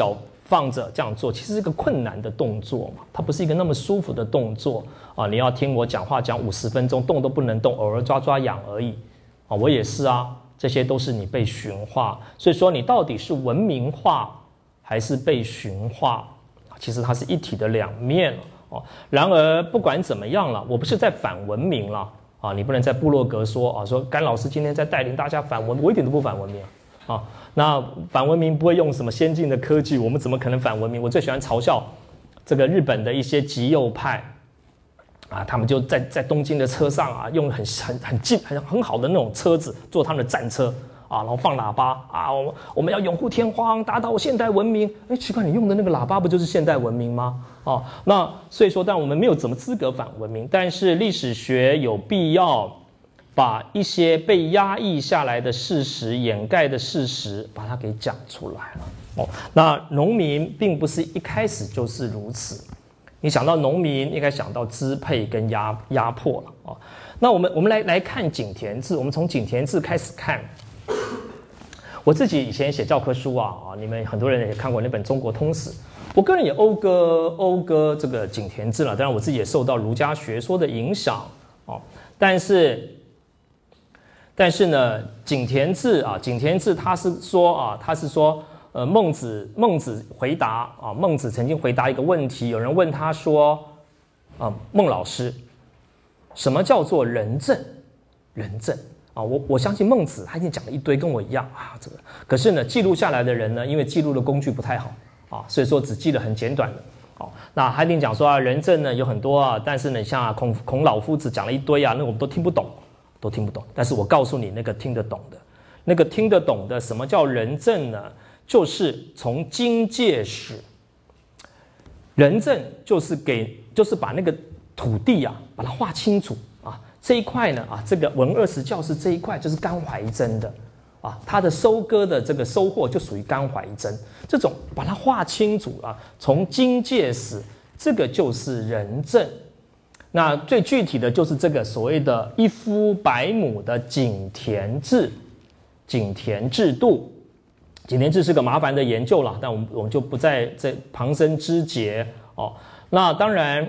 放着这样做，其实是一个困难的动作嘛，它不是一个那么舒服的动作啊。你要听我讲话讲五十分钟，动都不能动，偶尔抓抓痒而已啊。我也是啊，这些都是你被驯化。所以说，你到底是文明化还是被驯化？其实它是一体的两面哦。然而不管怎么样了，我不是在反文明了啊。你不能在部落格说啊，说甘老师今天在带领大家反文明，我一点都不反文明啊。那反文明不会用什么先进的科技，我们怎么可能反文明？我最喜欢嘲笑这个日本的一些极右派啊，他们就在在东京的车上啊，用很很很近很很好的那种车子做他们的战车啊，然后放喇叭啊，我们我们要拥护天皇，打倒现代文明。哎，奇怪，你用的那个喇叭不就是现代文明吗？哦，那所以说，但我们没有怎么资格反文明，但是历史学有必要把一些被压抑下来的事实、掩盖的事实，把它给讲出来了。哦，那农民并不是一开始就是如此。你想到农民，应该想到支配跟压压迫了哦。那我们我们来来看井田制，我们从井田制开始看。我自己以前写教科书啊啊，你们很多人也看过那本《中国通史》。我个人也讴歌讴歌这个井田制了，当然我自己也受到儒家学说的影响哦，但是。但是呢，井田制啊，井田制他是说啊，他是说，呃，孟子孟子回答啊，孟子曾经回答一个问题，有人问他说，啊，孟老师，什么叫做仁政？仁政啊，我我相信孟子他已经讲了一堆，跟我一样啊，这个，可是呢，记录下来的人呢，因为记录的工具不太好啊，所以说只记得很简短的。哦，那他一定讲说啊，仁政呢有很多啊，但是呢，像、啊、孔孔老夫子讲了一堆啊，那我们都听不懂。都听不懂，但是我告诉你，那个听得懂的，那个听得懂的，什么叫仁政呢？就是从经界史，仁政就是给，就是把那个土地啊，把它划清楚啊，这一块呢啊，这个文二十教室这一块就是甘怀真的啊，它的收割的这个收获就属于甘怀真，这种把它划清楚啊，从经界史，这个就是仁政。那最具体的就是这个所谓的一夫百亩的井田制，井田制度，井田制是个麻烦的研究了，但我们我们就不再这旁生枝节哦。那当然，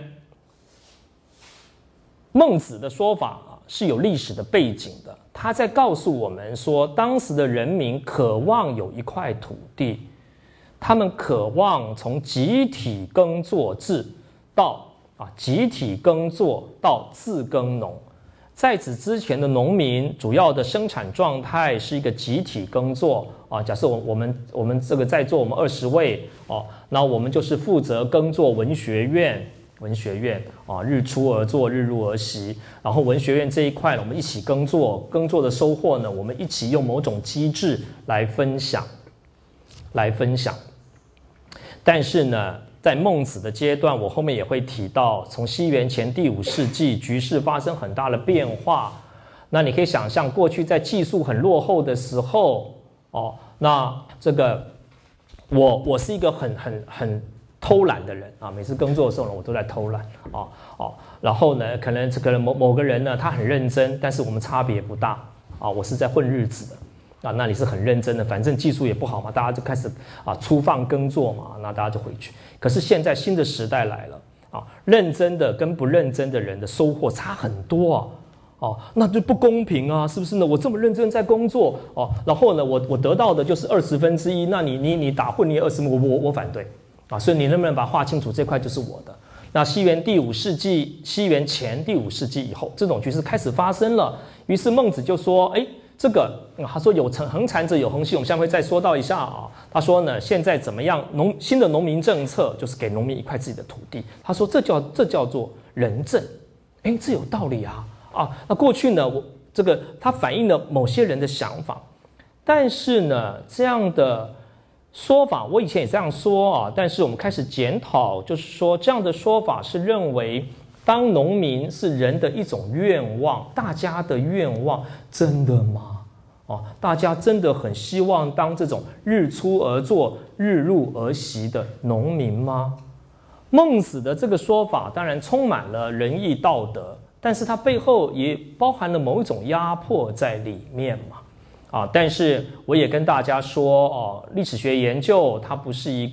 孟子的说法啊是有历史的背景的，他在告诉我们说，当时的人民渴望有一块土地，他们渴望从集体耕作制到。啊，集体耕作到自耕农，在此之前的农民主要的生产状态是一个集体耕作啊。假设我我们我们这个在座我们二十位哦，那我们就是负责耕作文学院，文学院啊，日出而作，日入而息。然后文学院这一块呢，我们一起耕作，耕作的收获呢，我们一起用某种机制来分享，来分享。但是呢。在孟子的阶段，我后面也会提到，从西元前第五世纪，局势发生很大的变化。那你可以想象，过去在技术很落后的时候，哦，那这个我我是一个很很很偷懒的人啊，每次工作的时候呢，我都在偷懒啊哦。然后呢，可能可能某某个人呢，他很认真，但是我们差别不大啊，我是在混日子的。啊，那你是很认真的，反正技术也不好嘛，大家就开始啊粗放耕作嘛，那大家就回去。可是现在新的时代来了啊，认真的跟不认真的人的收获差很多啊，哦，那就不公平啊，是不是呢？我这么认真在工作哦，然后呢，我我得到的就是二十分之一，那你你你打混你二十，我我我反对啊，所以你能不能把它划清楚，这块就是我的。那西元第五世纪，西元前第五世纪以后，这种局势开始发生了，于是孟子就说，哎。这个、嗯、他说有恒产者有恒心，我们下回再说到一下啊。他说呢，现在怎么样？农新的农民政策就是给农民一块自己的土地。他说这叫这叫做仁政，哎，这有道理啊啊。那过去呢，我这个它反映了某些人的想法，但是呢，这样的说法我以前也这样说啊，但是我们开始检讨，就是说这样的说法是认为。当农民是人的一种愿望，大家的愿望，真的吗？哦，大家真的很希望当这种日出而作、日入而息的农民吗？孟子的这个说法当然充满了仁义道德，但是它背后也包含了某一种压迫在里面嘛。啊，但是我也跟大家说哦，历史学研究它不是一个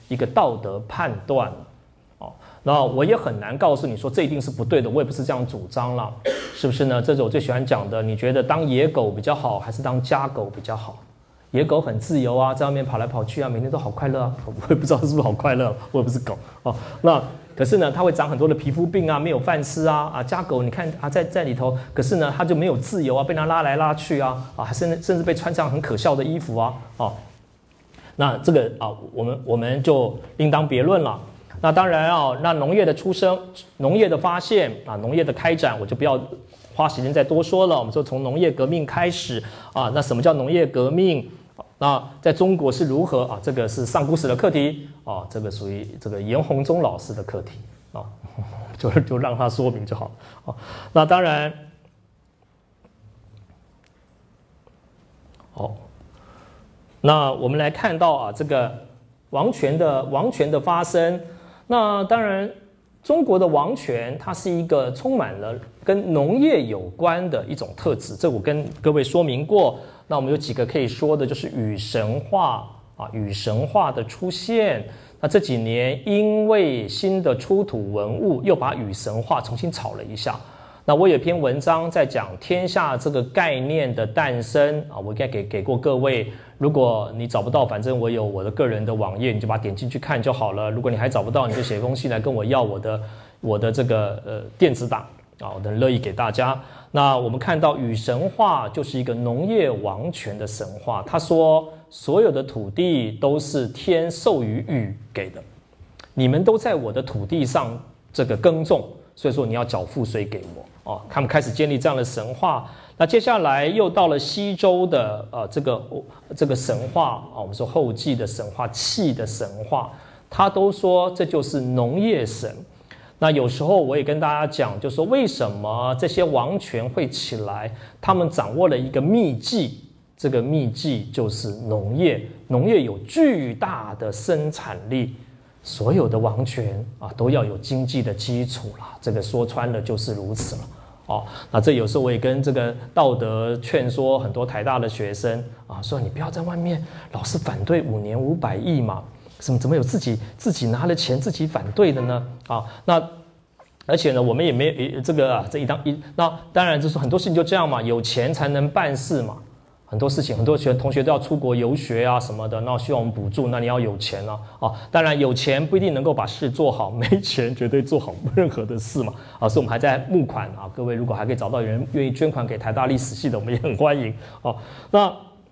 一个道德判断了。哦，那我也很难告诉你说这一定是不对的，我也不是这样主张了，是不是呢？这是我最喜欢讲的。你觉得当野狗比较好，还是当家狗比较好？野狗很自由啊，在外面跑来跑去啊，每天都好快乐啊。我也不知道是不是好快乐，我也不是狗哦。那可是呢，它会长很多的皮肤病啊，没有饭吃啊啊。家狗你看啊，在在里头，可是呢，它就没有自由啊，被它拉来拉去啊啊，甚至甚至被穿上很可笑的衣服啊哦。那这个啊，我们我们就另当别论了。那当然啊，那农业的出生、农业的发现啊、农业的开展，我就不要花时间再多说了。我们说从农业革命开始啊，那什么叫农业革命？那在中国是如何啊？这个是上古史的课题啊，这个属于这个严宏忠老师的课题啊，就就让他说明就好啊。那当然，好，那我们来看到啊，这个王权的王权的发生。那当然，中国的王权它是一个充满了跟农业有关的一种特质，这我跟各位说明过。那我们有几个可以说的，就是禹神话啊，禹神话的出现。那这几年因为新的出土文物，又把禹神话重新炒了一下。那我有篇文章在讲天下这个概念的诞生啊，我应该给给过各位。如果你找不到，反正我有我的个人的网页，你就把它点进去看就好了。如果你还找不到，你就写封信来跟我要我的我的这个呃电子档啊，我很乐意给大家。那我们看到禹神话就是一个农业王权的神话，他说所有的土地都是天授予禹给的，你们都在我的土地上这个耕种，所以说你要缴赋税给我哦。他们开始建立这样的神话。那接下来又到了西周的呃这个这个神话啊，我们说后继的神话、契的神话，他都说这就是农业神。那有时候我也跟大家讲，就是说为什么这些王权会起来，他们掌握了一个秘技，这个秘技就是农业，农业有巨大的生产力。所有的王权啊都要有经济的基础啦，这个说穿了就是如此了。哦，那这有时候我也跟这个道德劝说很多台大的学生啊，说你不要在外面老是反对五年五百亿嘛，怎么怎么有自己自己拿了钱自己反对的呢？啊，那而且呢，我们也没这个啊，这一当一那当然就是很多事情就这样嘛，有钱才能办事嘛。很多事情，很多学同学都要出国游学啊什么的，那需要我们补助，那你要有钱啊啊！当然有钱不一定能够把事做好，没钱绝对做好任何的事嘛啊！所以我们还在募款啊，各位如果还可以找到有人愿意捐款给台大历史系的，我们也很欢迎哦。那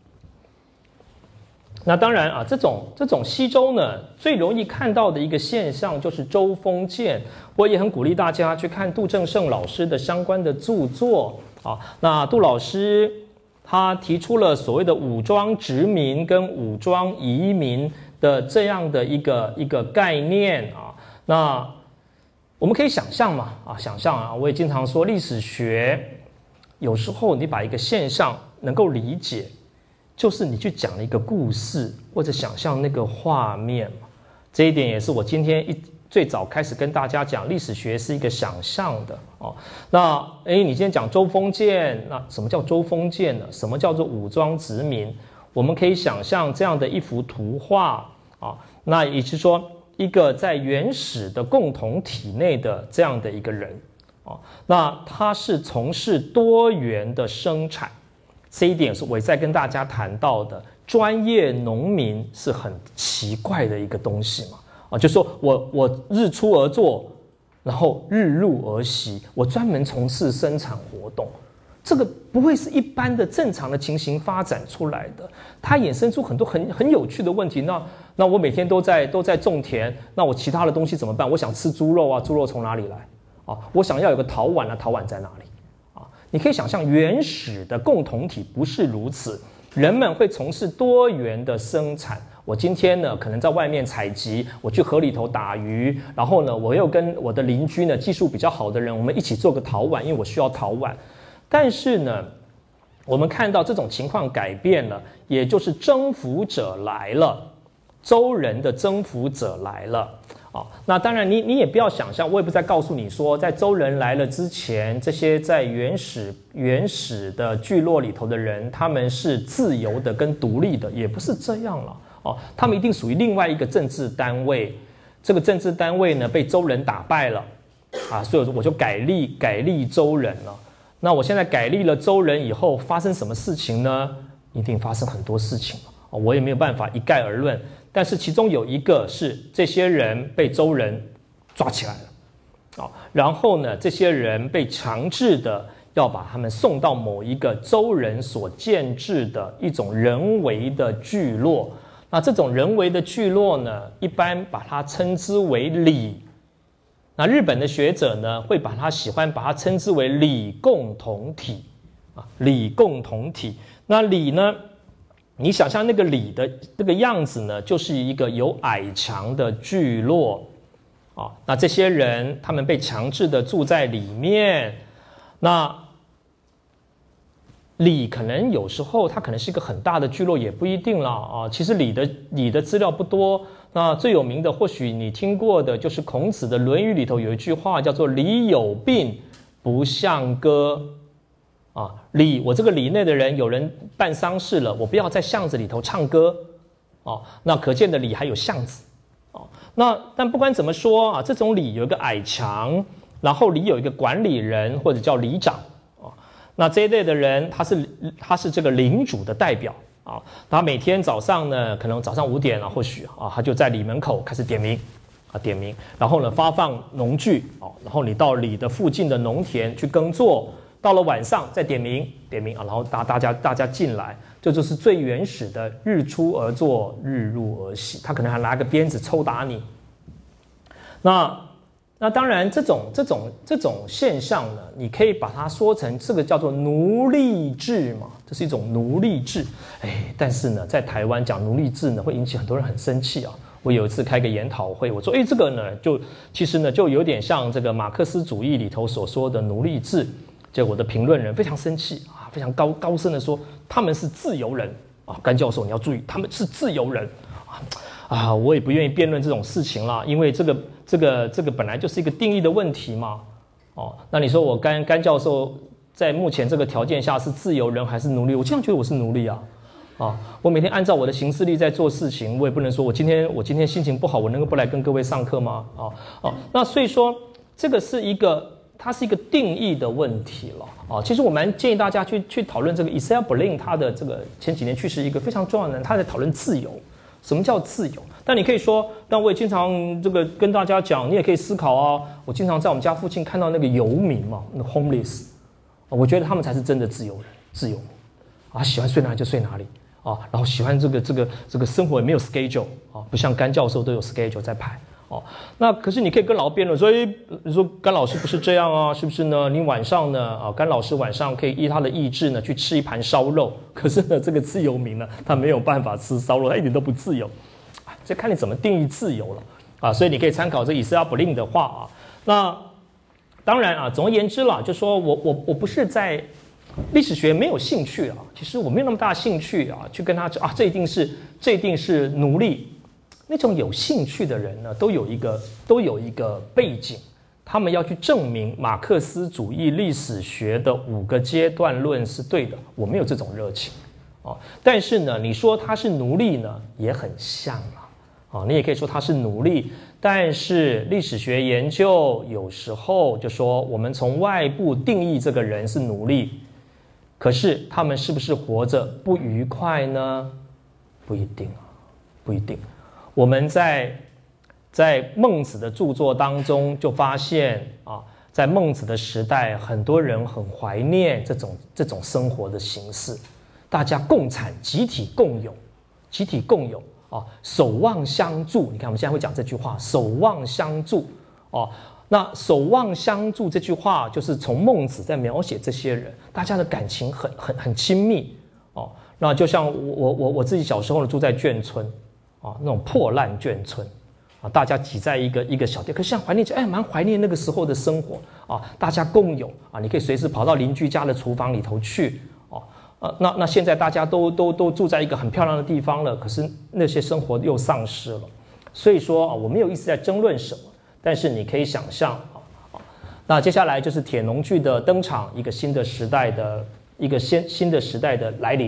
那当然啊，这种这种西周呢，最容易看到的一个现象就是周封建。我也很鼓励大家去看杜正胜老师的相关的著作啊。那杜老师他提出了所谓的武装殖民跟武装移民的这样的一个一个概念啊。那我们可以想象嘛啊，想象啊，我也经常说历史学，有时候你把一个现象能够理解，就是你去讲一个故事或者想象那个画面嘛。这一点也是我今天一最早开始跟大家讲，历史学是一个想象的哦。那哎，你今天讲周封建，那什么叫周封建呢？什么叫做武装殖民？我们可以想象这样的一幅图画啊，那也就是说，一个在原始的共同体内的这样的一个人啊，那他是从事多元的生产，这一点是我在跟大家谈到的。专业农民是很奇怪的一个东西嘛。啊，就是说我我日出而作，然后日入而息，我专门从事生产活动，这个不会是一般的正常的情形发展出来的，它衍生出很多很很有趣的问题。那那我每天都在都在种田，那我其他的东西怎么办？我想吃猪肉啊，猪肉从哪里来？啊，我想要有个陶碗啊，陶碗在哪里？啊，你可以想象原始的共同体不是如此，人们会从事多元的生产。我今天呢，可能在外面采集，我去河里头打鱼，然后呢，我又跟我的邻居呢，技术比较好的人，我们一起做个陶碗，因为我需要陶碗。但是呢，我们看到这种情况改变了，也就是征服者来了，周人的征服者来了。哦，那当然你，你也不要想象，我也不再告诉你说，在周人来了之前，这些在原始原始的聚落里头的人，他们是自由的跟独立的，也不是这样了。 哦，他们一定属于另外一个政治单位。这个政治单位呢被周人打败了，啊，所以我就改立改立周人了。那我现在改立了周人以后，发生什么事情呢？一定发生很多事情了，我也没有办法一概而论。但是其中有一个是这些人被周人抓起来了，啊，然后呢，这些人被强制的要把他们送到某一个周人所建制的一种人为的聚落。那这种人为的聚落呢，一般把它称之为里。那日本的学者呢，会把它喜欢把它称之为里共同体啊，里共同体。那里呢，你想象那个里的那个样子呢，就是一个有矮墙的聚落啊。那这些人他们被强制的住在里面，那里可能有时候它可能是一个很大的聚落，也不一定啦啊。其实里的里的资料不多，那最有名的或许你听过的就是孔子的《论语》里头有一句话叫做“里有病，不向歌”啊。里我这个里内的人有人办丧事了，我不要在巷子里头唱歌哦。那可见的里还有巷子哦。那但不管怎么说啊，这种里有一个矮墙，然后里有一个管理人或者叫里长。那这一类的人，他是他是这个领主的代表啊。他每天早上呢，可能早上五点啊，或许啊，他就在里门口开始点名啊，点名，然后呢发放农具哦，然后你到里的附近的农田去耕作，到了晚上再点名点名啊，然后大大家大家进来，这就是最原始的日出而作，日入而息。他可能还拿个鞭子抽打你。那。那当然，这种这种这种现象呢，你可以把它说成这个叫做奴隶制嘛，这是一种奴隶制。哎，但是呢，在台湾讲奴隶制呢，会引起很多人很生气啊。我有一次开个研讨会，我说，哎，这个呢，就其实呢，就有点像这个马克思主义里头所说的奴隶制。结果我的评论人非常生气啊，非常高高声的说，他们是自由人啊，甘教授你要注意，他们是自由人啊。啊，我也不愿意辩论这种事情啦，因为这个、这个、这个本来就是一个定义的问题嘛。哦，那你说我甘甘教授在目前这个条件下是自由人还是奴隶？我经常觉得我是奴隶啊。啊，我每天按照我的行事历在做事情，我也不能说我今天我今天心情不好，我能够不来跟各位上课吗？啊啊，那所以说这个是一个它是一个定义的问题了啊。其实我蛮建议大家去去讨论这个 Isaiah Berlin 他的这个前几年去世一个非常重要的人，他在讨论自由。什么叫自由？但你可以说，但我也经常这个跟大家讲，你也可以思考啊。我经常在我们家附近看到那个游民嘛，那个 homeless， 我觉得他们才是真的自由人，自由啊，喜欢睡哪里就睡哪里啊，然后喜欢这个这个这个生活也没有 schedule 啊，不像甘教授都有 schedule 在排哦。那可是你可以跟老师辩论说，哎，你说甘老师不是这样啊，是不是呢？你晚上呢啊，甘老师晚上可以依他的意志呢去吃一盘烧肉，可是呢，这个自由民呢，他没有办法吃烧肉，他一点都不自由。这看你怎么定义自由了啊，所以你可以参考这以斯拉布林的话啊。那当然啊，总而言之啦，就说我我我不是在历史学没有兴趣啊，其实我没有那么大兴趣啊，去跟他讲啊，这一定是这一定是奴隶。那种有兴趣的人呢，都有一个都有一个背景，他们要去证明马克思主义历史学的五个阶段论是对的。我没有这种热情啊，但是呢，你说他是奴隶呢，也很像啊。啊，你也可以说他是奴隶，但是历史学研究有时候就说，我们从外部定义这个人是奴隶，可是他们是不是活着不愉快呢？不一定啊，不一定。我们在在孟子的著作当中就发现啊，在孟子的时代，很多人很怀念这种这种生活的形式，大家共产、集体共有、集体共有。啊，守望相助，你看我们现在会讲这句话，守望相助。哦，那守望相助这句话，就是从孟子在描写这些人，大家的感情很很很亲密。哦，那就像我我我我自己小时候呢，住在眷村，啊，那种破烂眷村，啊，大家挤在一个一个小店，可是像怀念起，哎，蛮怀念那个时候的生活啊，大家共有啊，你可以随时跑到邻居家的厨房里头去。呃，那那现在大家都都都住在一个很漂亮的地方了，可是那些生活又丧失了。所以说啊，我没有意思在争论什么，但是你可以想象啊啊，那接下来就是铁农具的登场，一个新的时代的一个新新的时代的来临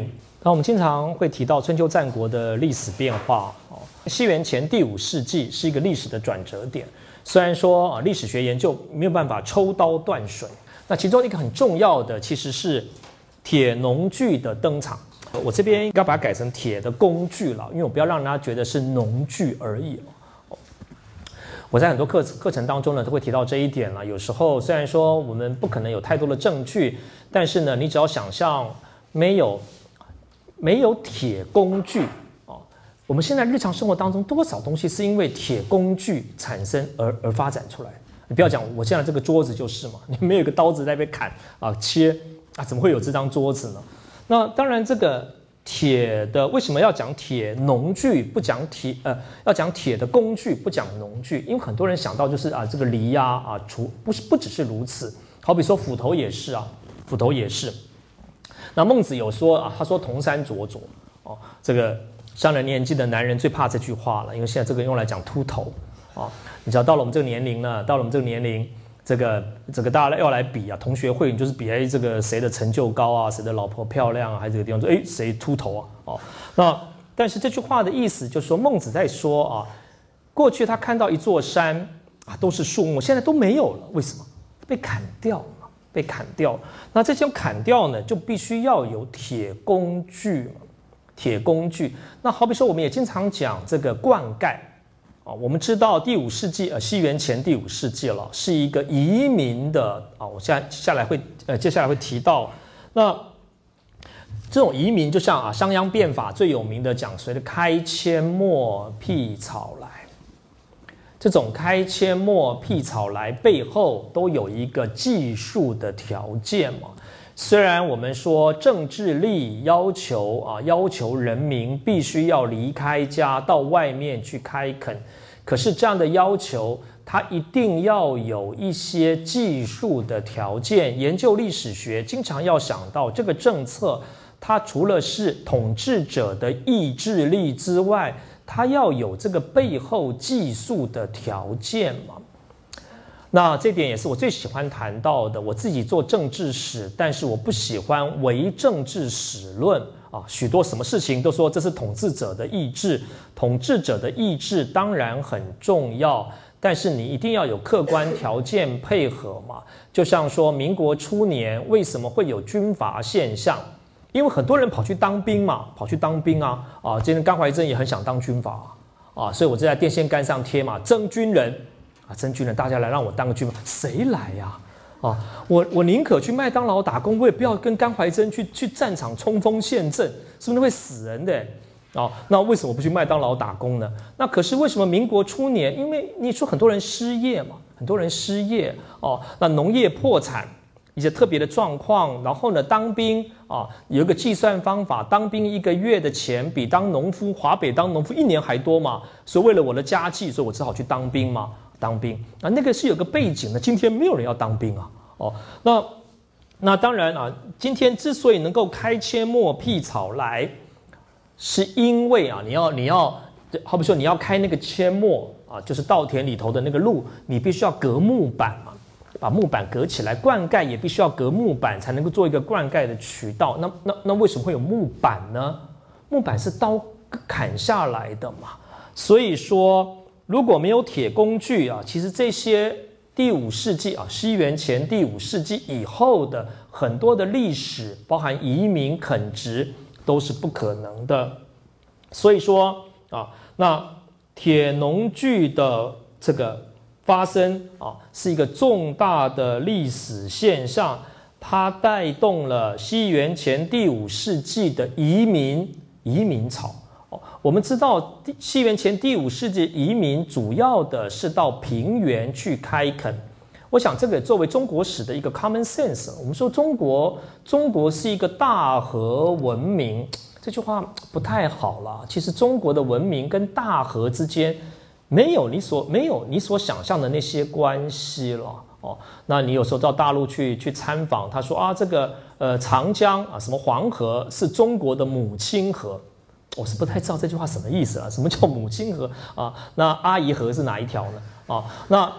那我们经常会提到春秋战国的历史变化哦，西元前第五世纪是一个历史的转折点。虽然说啊，历史学研究没有办法抽刀断水，那其中一个很重要的其实是铁农具的登场。我这边应该把它改成铁的工具了，因为我不要让大家觉得是农具而已。我在很多课课程当中呢，都会提到这一点了。有时候虽然说我们不可能有太多的证据，但是呢，你只要想象没有没有铁工具哦，我们现在日常生活当中多少东西是因为铁工具产生而而发展出来？你不要讲我现在这个桌子就是嘛，你没有一个刀子在那边砍啊切啊，怎么会有这张桌子呢？那当然这个。铁的为什么要讲铁农具不讲铁呃要讲铁的工具不讲农具？因为很多人想到就是啊这个犁呀啊锄不是不只是如此，好比说斧头也是啊，斧头也是。那孟子有说啊，他说铜山灼灼哦，这个上了年纪的男人最怕这句话了，因为现在这个用来讲秃头啊。你知道到了我们这个年龄呢，到了我们这个年龄。这个这个大家要来比啊，同学会你就是比哎这个谁的成就高啊，谁的老婆漂亮啊，还是这个地方说哎谁秃头啊哦，那但是这句话的意思就是说孟子在说啊，过去他看到一座山啊都是树木，现在都没有了，为什么？被砍掉了，被砍掉。那这种砍掉呢，就必须要有铁工具嘛，铁工具。那好比说我们也经常讲这个灌溉。啊，我们知道第五世纪，呃，西元前第五世纪了，是一个移民的啊。我下下来会，呃，接下来会提到，那这种移民就像啊，商鞅变法最有名的讲谁的开阡陌辟草来，这种开阡陌辟草来背后都有一个技术的条件嘛。虽然我们说政治力要求啊，要求人民必须要离开家到外面去开垦，可是这样的要求，它一定要有一些技术的条件。研究历史学经常要想到这个政策，它除了是统治者的意志力之外，它要有这个背后技术的条件嘛。那这点也是我最喜欢谈到的。我自己做政治史，但是我不喜欢唯政治史论啊。许多什么事情都说这是统治者的意志，统治者的意志当然很重要，但是你一定要有客观条件配合嘛。就像说民国初年为什么会有军阀现象？因为很多人跑去当兵嘛，跑去当兵啊啊！今天甘怀真也很想当军阀啊，所以我就在电线杆上贴嘛，征军人。啊，征军人，大家来让我当个军阀，谁来呀？啊，我我宁可去麦当劳打工，我也不要跟甘怀真去去战场冲锋陷阵，是不是会死人的？哦，那为什么不去麦当劳打工呢？那可是为什么民国初年？因为你说很多人失业嘛，很多人失业哦，那农业破产，一些特别的状况，然后呢，当兵啊，有一个计算方法，当兵一个月的钱比当农夫华北当农夫一年还多嘛，所以为了我的家计，所以我只好去当兵嘛。当兵啊，那个是有个背景的。今天没有人要当兵啊，哦，那那当然啊，今天之所以能够开阡陌辟草来，是因为啊，你要你要，好比说你要开那个阡陌啊，就是稻田里头的那个路，你必须要隔木板嘛，把木板隔起来，灌溉也必须要隔木板才能够做一个灌溉的渠道。那那那为什么会有木板呢？木板是刀砍下来的嘛，所以说。如果没有铁工具啊，其实这些第五世纪啊，西元前第五世纪以后的很多的历史，包含移民垦殖，都是不可能的。所以说啊，那铁农具的这个发生啊，是一个重大的历史现象，它带动了西元前第五世纪的移民移民潮。我们知道，西元前第五世纪移民主要的是到平原去开垦。我想这个作为中国史的一个 common sense， 我们说中国中国是一个大河文明，这句话不太好了。其实中国的文明跟大河之间没有你所没有你所想象的那些关系了哦。那你有时候到大陆去去参访，他说啊，这个呃长江啊，什么黄河是中国的母亲河。我是不太知道这句话什么意思啊？什么叫母亲河啊？那阿姨河是哪一条呢？啊，那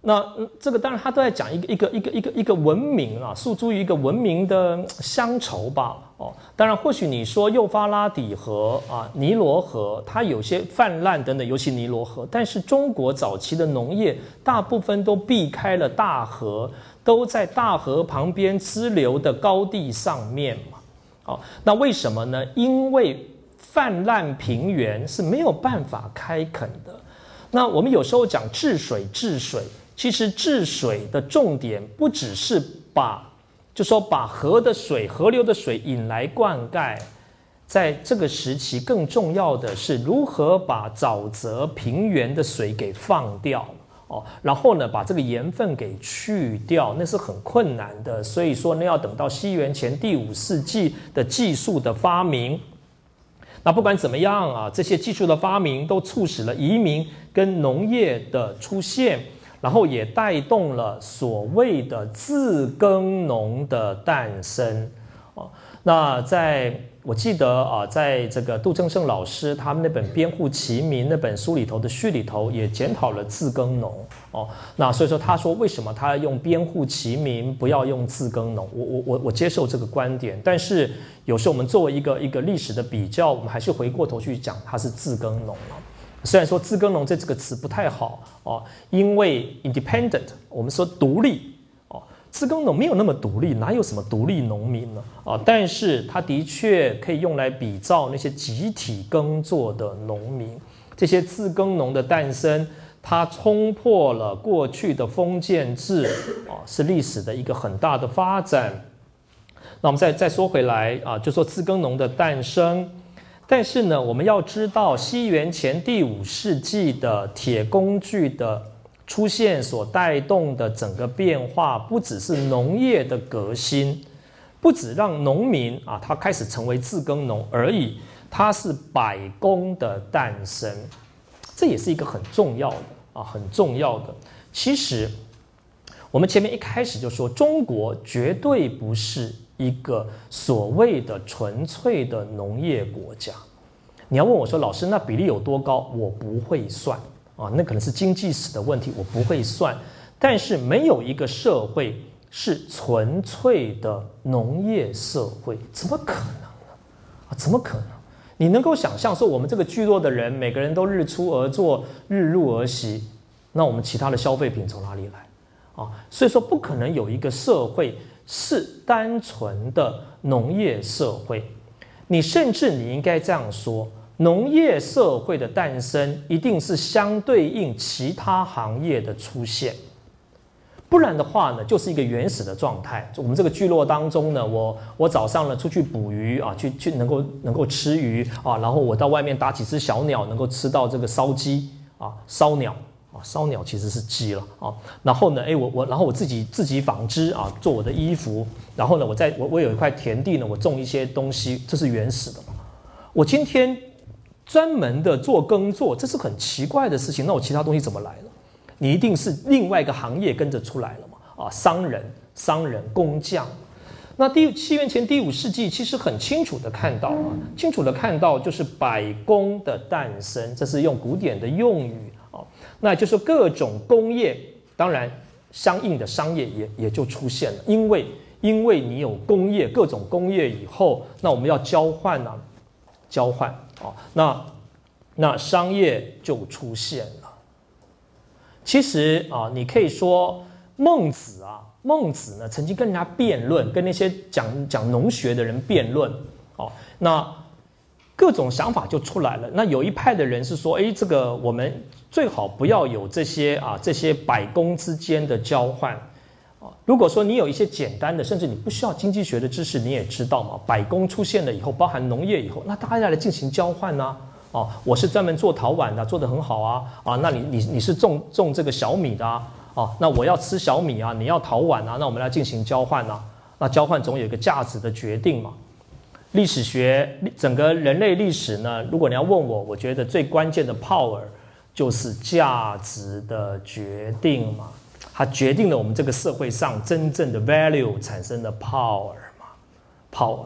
那、嗯、这个当然他都在讲一个一个一个一个一个文明啊，诉诸于一个文明的乡愁吧。哦，当然或许你说幼发拉底河啊、尼罗河，它有些泛滥等等，尤其尼罗河，但是中国早期的农业大部分都避开了大河，都在大河旁边支流的高地上面嘛。哦，那为什么呢？因为泛滥平原是没有办法开垦的。那我们有时候讲治水治水，其实治水的重点不只是把，就说把河的水、河流的水引来灌溉，在这个时期更重要的是如何把沼泽平原的水给放掉。哦，然后呢，把这个盐分给去掉，那是很困难的。所以说呢，要等到西元前第五世纪的技术的发明。那不管怎么样啊，这些技术的发明都促使了移民跟农业的出现，然后也带动了所谓的自耕农的诞生。哦，那在我记得啊，在这个杜正胜老师他们那本《编户齐民》那本书里头的序里头也检讨了自耕农。哦，那所以说他说为什么他用编户齐民不要用自耕农？我我我我接受这个观点，但是有时候我们作为一个一个历史的比较，我们还是回过头去讲它是自耕农了。虽然说自耕农这这个词不太好哦，因为 independent 我们说独立。自耕农没有那么独立，哪有什么独立农民呢？啊，但是它的确可以用来比照那些集体耕作的农民。这些自耕农的诞生，它冲破了过去的封建制，啊，是历史的一个很大的发展。那我们再再说回来啊，就说自耕农的诞生。但是呢，我们要知道，西元前第五世纪的铁工具的出现所带动的整个变化，不只是农业的革新，不只让农民啊他开始成为自耕农而已，它是百工的诞生，这也是一个很重要的啊，很重要的。其实我们前面一开始就说，中国绝对不是一个所谓的纯粹的农业国家。你要问我说，老师，那比例有多高？我不会算。啊，那可能是经济史的问题，我不会算。但是没有一个社会是纯粹的农业社会，怎么可能呢？啊，怎么可能？你能够想象说，我们这个聚落的人，每个人都日出而作，日入而息，那我们其他的消费品从哪里来？啊，所以说不可能有一个社会是单纯的农业社会。你甚至你应该这样说。农业社会的诞生一定是相对应其他行业的出现，不然的话呢，就是一个原始的状态。我们这个聚落当中呢，我我早上呢出去捕鱼啊，去去能够能够吃鱼啊，然后我到外面打几只小鸟，能够吃到这个烧鸡啊，烧鸟啊，烧鸟其实是鸡了啊。然后呢，哎，我我然后我自己自己纺织啊，做我的衣服。然后呢，我在我我有一块田地呢，我种一些东西，这是原始的嘛。我今天专门的做耕作，这是很奇怪的事情。那我其他东西怎么来了？你一定是另外一个行业跟着出来了嘛？啊，商人、商人、工匠。那第西元前第五世纪，其实很清楚的看到啊，清楚的看到就是百工的诞生，这是用古典的用语啊。那就是各种工业，当然相应的商业也也就出现了，因为因为你有工业，各种工业以后，那我们要交换啊，交换。哦，那那商业就出现了。其实啊，你可以说孟子啊，孟子呢曾经跟人家辩论，跟那些讲讲农学的人辩论。哦，那各种想法就出来了。那有一派的人是说，哎，这个我们最好不要有这些啊这些百工之间的交换。如果说你有一些简单的，甚至你不需要经济学的知识，你也知道嘛，百工出现了以后，包含农业以后，那大家来进行交换呢、啊？哦，我是专门做陶碗的，做得很好啊，啊，那你你你是种种这个小米的啊，哦，那我要吃小米啊，你要陶碗啊，那我们来进行交换啊，那交换总有一个价值的决定嘛。历史学整个人类历史呢，如果你要问我，我觉得最关键的 power 就是价值的决定嘛。它决定了我们这个社会上真正的 value 产生的 power 嘛 ，power。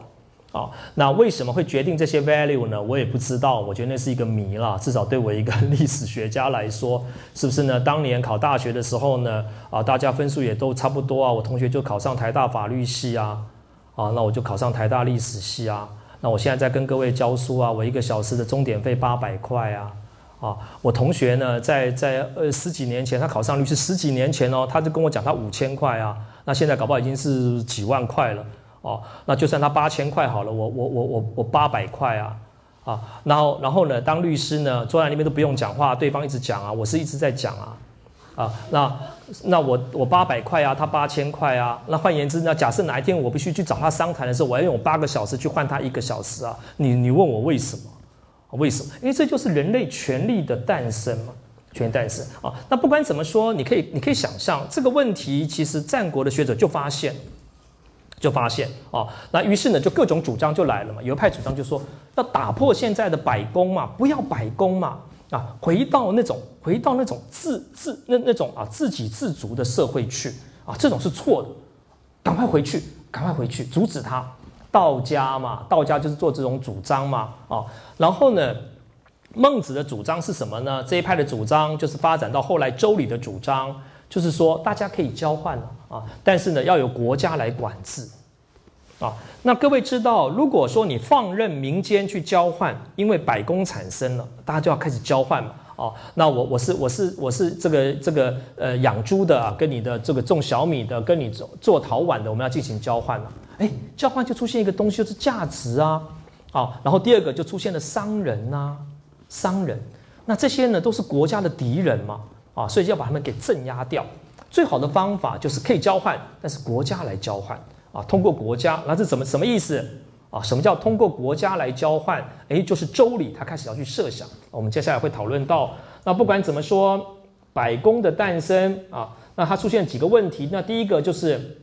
啊，那为什么会决定这些 value 呢？我也不知道，我觉得那是一个谜啦。至少对我一个历史学家来说，是不是呢？当年考大学的时候呢，啊，大家分数也都差不多啊。我同学就考上台大法律系啊，啊，那我就考上台大历史系啊。那我现在在跟各位教书啊，我一个小时的钟点费八百块啊。啊，我同学呢，在在呃十几年前，他考上律师，十几年前哦，他就跟我讲他五千块啊，那现在搞不好已经是几万块了。哦，那就算他八千块好了，我我我我我八百块啊，啊，然后然后呢，当律师呢，坐在那边都不用讲话，对方一直讲啊，我是一直在讲啊，啊，那那我我八百块啊，他八千块啊，那换言之呢，假设哪一天我必须去找他商谈的时候，我要用八个小时去换他一个小时啊，你你问我为什么？为什么？因为这就是人类权利的诞生嘛。权利诞生啊，那不管怎么说，你可以你可以想象这个问题，其实战国的学者就发现。就发现哦，那于是呢，就各种主张就来了嘛。有一派主张就说要打破现在的百工嘛，不要百工嘛，啊，回到那种回到那种自自那那种啊自给自足的社会去啊，这种是错的，赶快回去，赶快回去，阻止他。道家嘛，道家就是做这种主张嘛，啊，然后呢，孟子的主张是什么呢？这一派的主张就是发展到后来周礼的主张。就是说，大家可以交换了啊，但是呢，要由国家来管制啊。那各位知道，如果说你放任民间去交换，因为百工产生了，大家就要开始交换嘛。哦，那我我是我是我是这个这个呃养猪的啊，跟你的这个种小米的，跟你做做陶碗的，我们要进行交换了。哎，交换就出现一个东西，就是价值啊。啊，然后第二个就出现了商人啊，商人。那这些呢，都是国家的敌人嘛。啊，所以要把他们给镇压掉。最好的方法就是可以交换，但是国家来交换啊，通过国家，那这怎么什么意思啊？什么叫通过国家来交换？哎，就是周礼他开始要去设想。我们接下来会讨论到。那不管怎么说，百工的诞生啊，那它出现几个问题。那第一个就是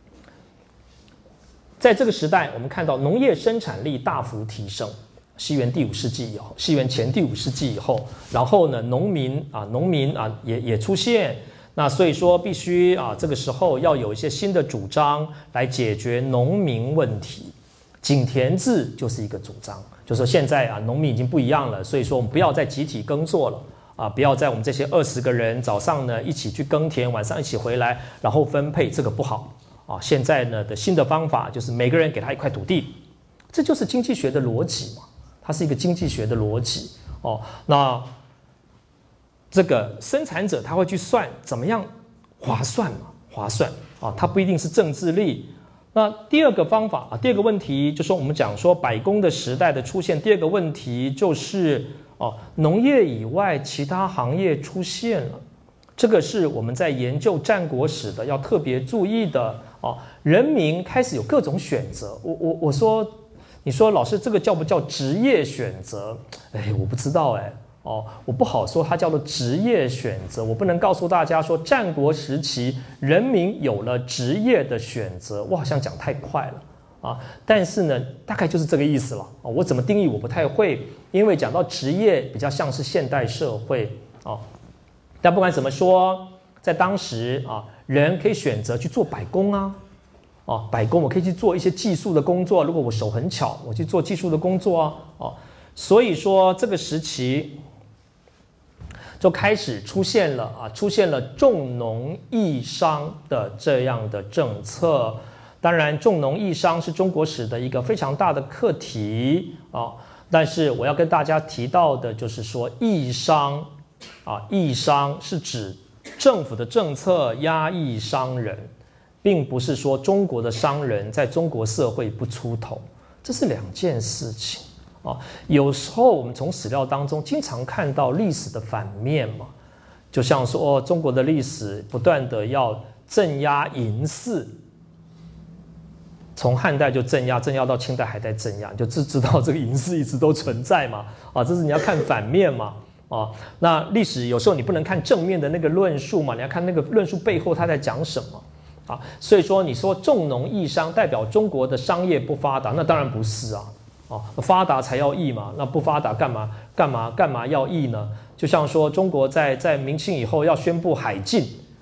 在这个时代，我们看到农业生产力大幅提升。西元第五世纪以后，西元前第五世纪以后，然后呢，农民啊，农民啊也也出现，那所以说必须啊，这个时候要有一些新的主张来解决农民问题。井田制就是一个主张，就说现在啊，农民已经不一样了，所以说我们不要再集体耕作了啊，不要在我们这些二十个人早上呢一起去耕田，晚上一起回来，然后分配，这个不好啊。现在呢的新的方法就是每个人给他一块土地，这就是经济学的逻辑嘛。它是一个经济学的逻辑哦，那这个生产者他会去算怎么样划算嘛？划算啊，它不一定是政治力。那第二个方法啊，第二个问题就是说我们讲说百工的时代的出现，第二个问题就是哦，农业以外其他行业出现了，这个是我们在研究战国史的要特别注意的哦。人民开始有各种选择，我我我说。你说老师，这个叫不叫职业选择？哎，我不知道哎，哦，我不好说它叫做职业选择。我不能告诉大家说战国时期人民有了职业的选择，我好像讲太快了啊。但是呢，大概就是这个意思了。哦，我怎么定义我不太会，因为讲到职业比较像是现代社会哦。但不管怎么说，在当时啊，人可以选择去做百工啊。哦，百工我可以去做一些技术的工作，如果我手很巧，我去做技术的工作啊。哦，所以说这个时期就开始出现了啊，出现了重农抑商的这样的政策。当然，重农抑商是中国史的一个非常大的课题啊。但是我要跟大家提到的就是说，抑商啊，抑商是指政府的政策压抑商人。并不是说中国的商人在中国社会不出头，这是两件事情啊。有时候我们从史料当中经常看到历史的反面嘛，就像说哦，中国的历史不断的要镇压淫祀，从汉代就镇压，镇压到清代还在镇压，就知知道这个淫祀一直都存在嘛啊，这是你要看反面嘛啊。那历史有时候你不能看正面的那个论述嘛，你要看那个论述背后他在讲什么。啊，所以说你说重农抑商代表中国的商业不发达，那当然不是啊，哦，发达才要抑嘛，那不发达干嘛干嘛干嘛要抑呢？就像说中国在在明清以后要宣布海禁，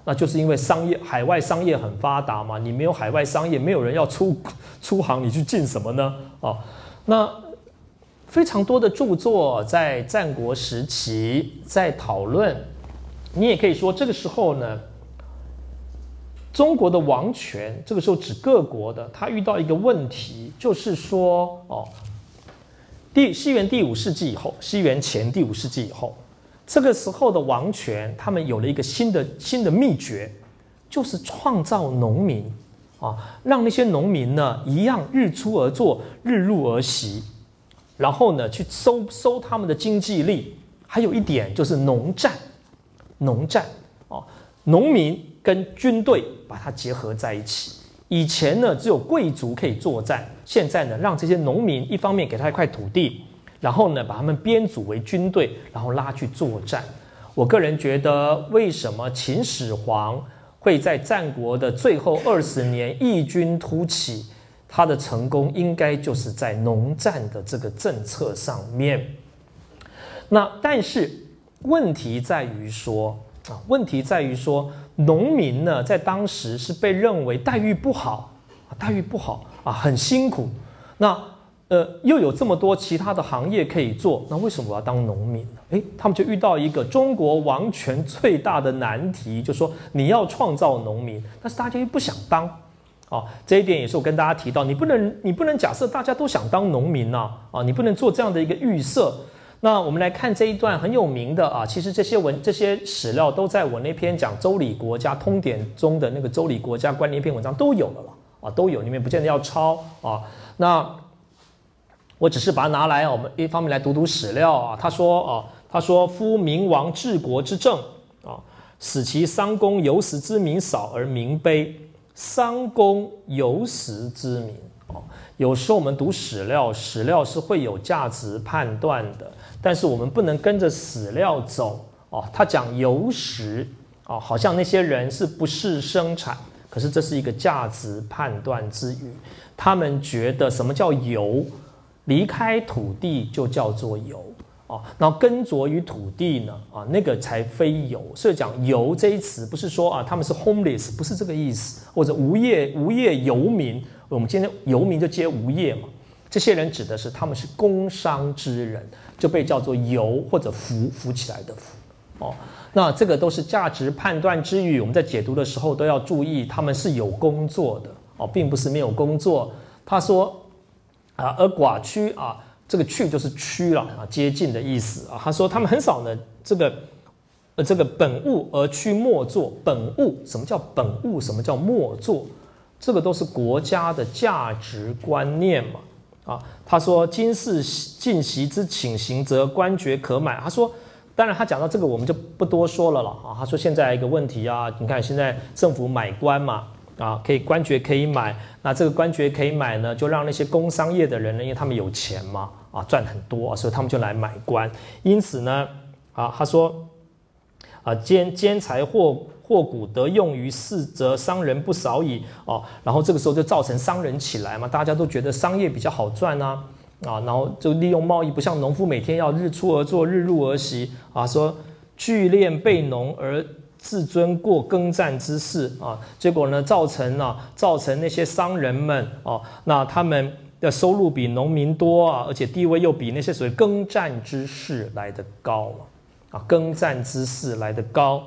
那就是因为商业海外商业很发达嘛，你没有海外商业，没有人要出出航，你去进什么呢？哦，那非常多的著作在战国时期在讨论，你也可以说这个时候呢，中国的王权，这个时候指各国的，他遇到一个问题，就是说哦，第西元第五世纪以后，西元前第五世纪以后，这个时候的王权，他们有了一个新的新的秘诀，就是创造农民啊，让那些农民呢一样日出而作，日入而息。然后呢，去收收他们的经济力，还有一点就是农战，农战哦，农民跟军队把它结合在一起。以前呢，只有贵族可以作战，现在呢，让这些农民一方面给他一块土地，然后呢，把他们编组为军队，然后拉去作战。我个人觉得，为什么秦始皇会在战国的最后二十年异军突起？他的成功应该就是在农战的这个政策上面。那但是问题在于说啊，问题在于说，农民呢在当时是被认为待遇不好，待遇不好啊，很辛苦。那呃又有这么多其他的行业可以做，那为什么我要当农民呢？诶，他们就遇到一个中国王权最大的难题，就是说你要创造农民，但是大家又不想当。哦，这一点也是我跟大家提到，你不能，你不能假设大家都想当农民呐、啊，啊，你不能做这样的一个预设。那我们来看这一段很有名的啊，其实这些文、这些史料都在我那篇讲周礼国家通典中的那个周礼国家观那篇文章都有了了啊，都有，你们不见得要抄啊。那我只是把它拿来，我们一方面来读读史料啊。他说啊，他说夫明王治国之政啊，使其商工有时之民少而民卑。商工有时之民哦，有时候我们读史料，史料是会有价值判断的，但是我们不能跟着史料走哦。他讲有时哦，好像那些人是不是生产，可是这是一个价值判断之语。他们觉得什么叫有？离开土地就叫做有。哦，然后耕着于土地呢，啊，那个才非游。所以讲游这一词，不是说啊他们是 homeless， 不是这个意思，或者无业无业游民。我们今天游民就接无业嘛，这些人指的是他们是工商之人，就被叫做游或者浮浮起来的浮。哦，那这个都是价值判断之语，我们在解读的时候都要注意，他们是有工作的哦，并不是没有工作。他说啊，而寡屈啊。这个去就是趋了啊，接近的意思啊。他说他们很少呢，这个呃这个本物而趋末作。本物什么叫本物？什么叫末作？这个都是国家的价值观念嘛啊。他说今世尽席之请行，则官爵可买。他说，当然他讲到这个我们就不多说了了啊。他说现在一个问题啊，你看现在政府买官嘛。啊，可以官爵可以买，那这个官爵可以买呢，就让那些工商业的人呢，因为他们有钱嘛，啊，赚很多，所以他们就来买官。因此呢，啊，他说，啊，兼兼财货货谷得用于世，则商人不少矣。哦，然后这个时候就造成商人起来嘛，大家都觉得商业比较好赚啊，啊，然后就利用贸易，不像农夫每天要日出而作，日入而息啊，说聚敛备农而。自尊过耕战之事啊，结果呢，造成啊，造成那些商人们哦，那他们的收入比农民多啊，而且地位又比那些所谓耕战之士来得高啊，耕战之士来得高。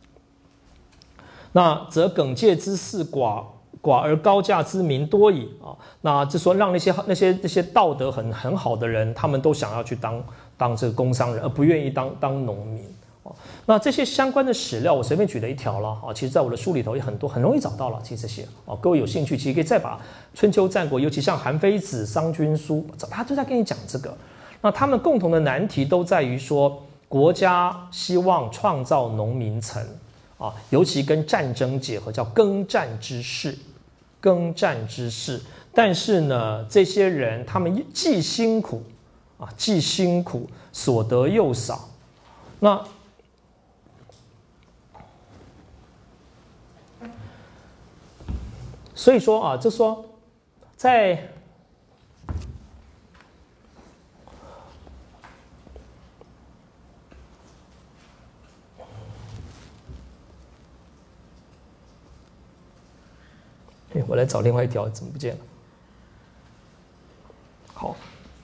那则耿介之士寡寡而高价之民多矣啊，那就说让那些那些那些道德很很好的人，他们都想要去当当这个工商人，而不愿意当当农民。那这些相关的史料，我随便举了一条了啊。其实，在我的书里头也很多，很容易找到了。其实这些啊，各位有兴趣，其实可以再把春秋战国，尤其像韩非子、商君书，他都在跟你讲这个。那他们共同的难题都在于说，国家希望创造农民层啊，尤其跟战争结合，叫耕战之士，耕战之士。但是呢，这些人他们既辛苦啊，既辛苦，所得又少，那。所以说啊，就说在哎，我来找另外一条，怎么不见了？好，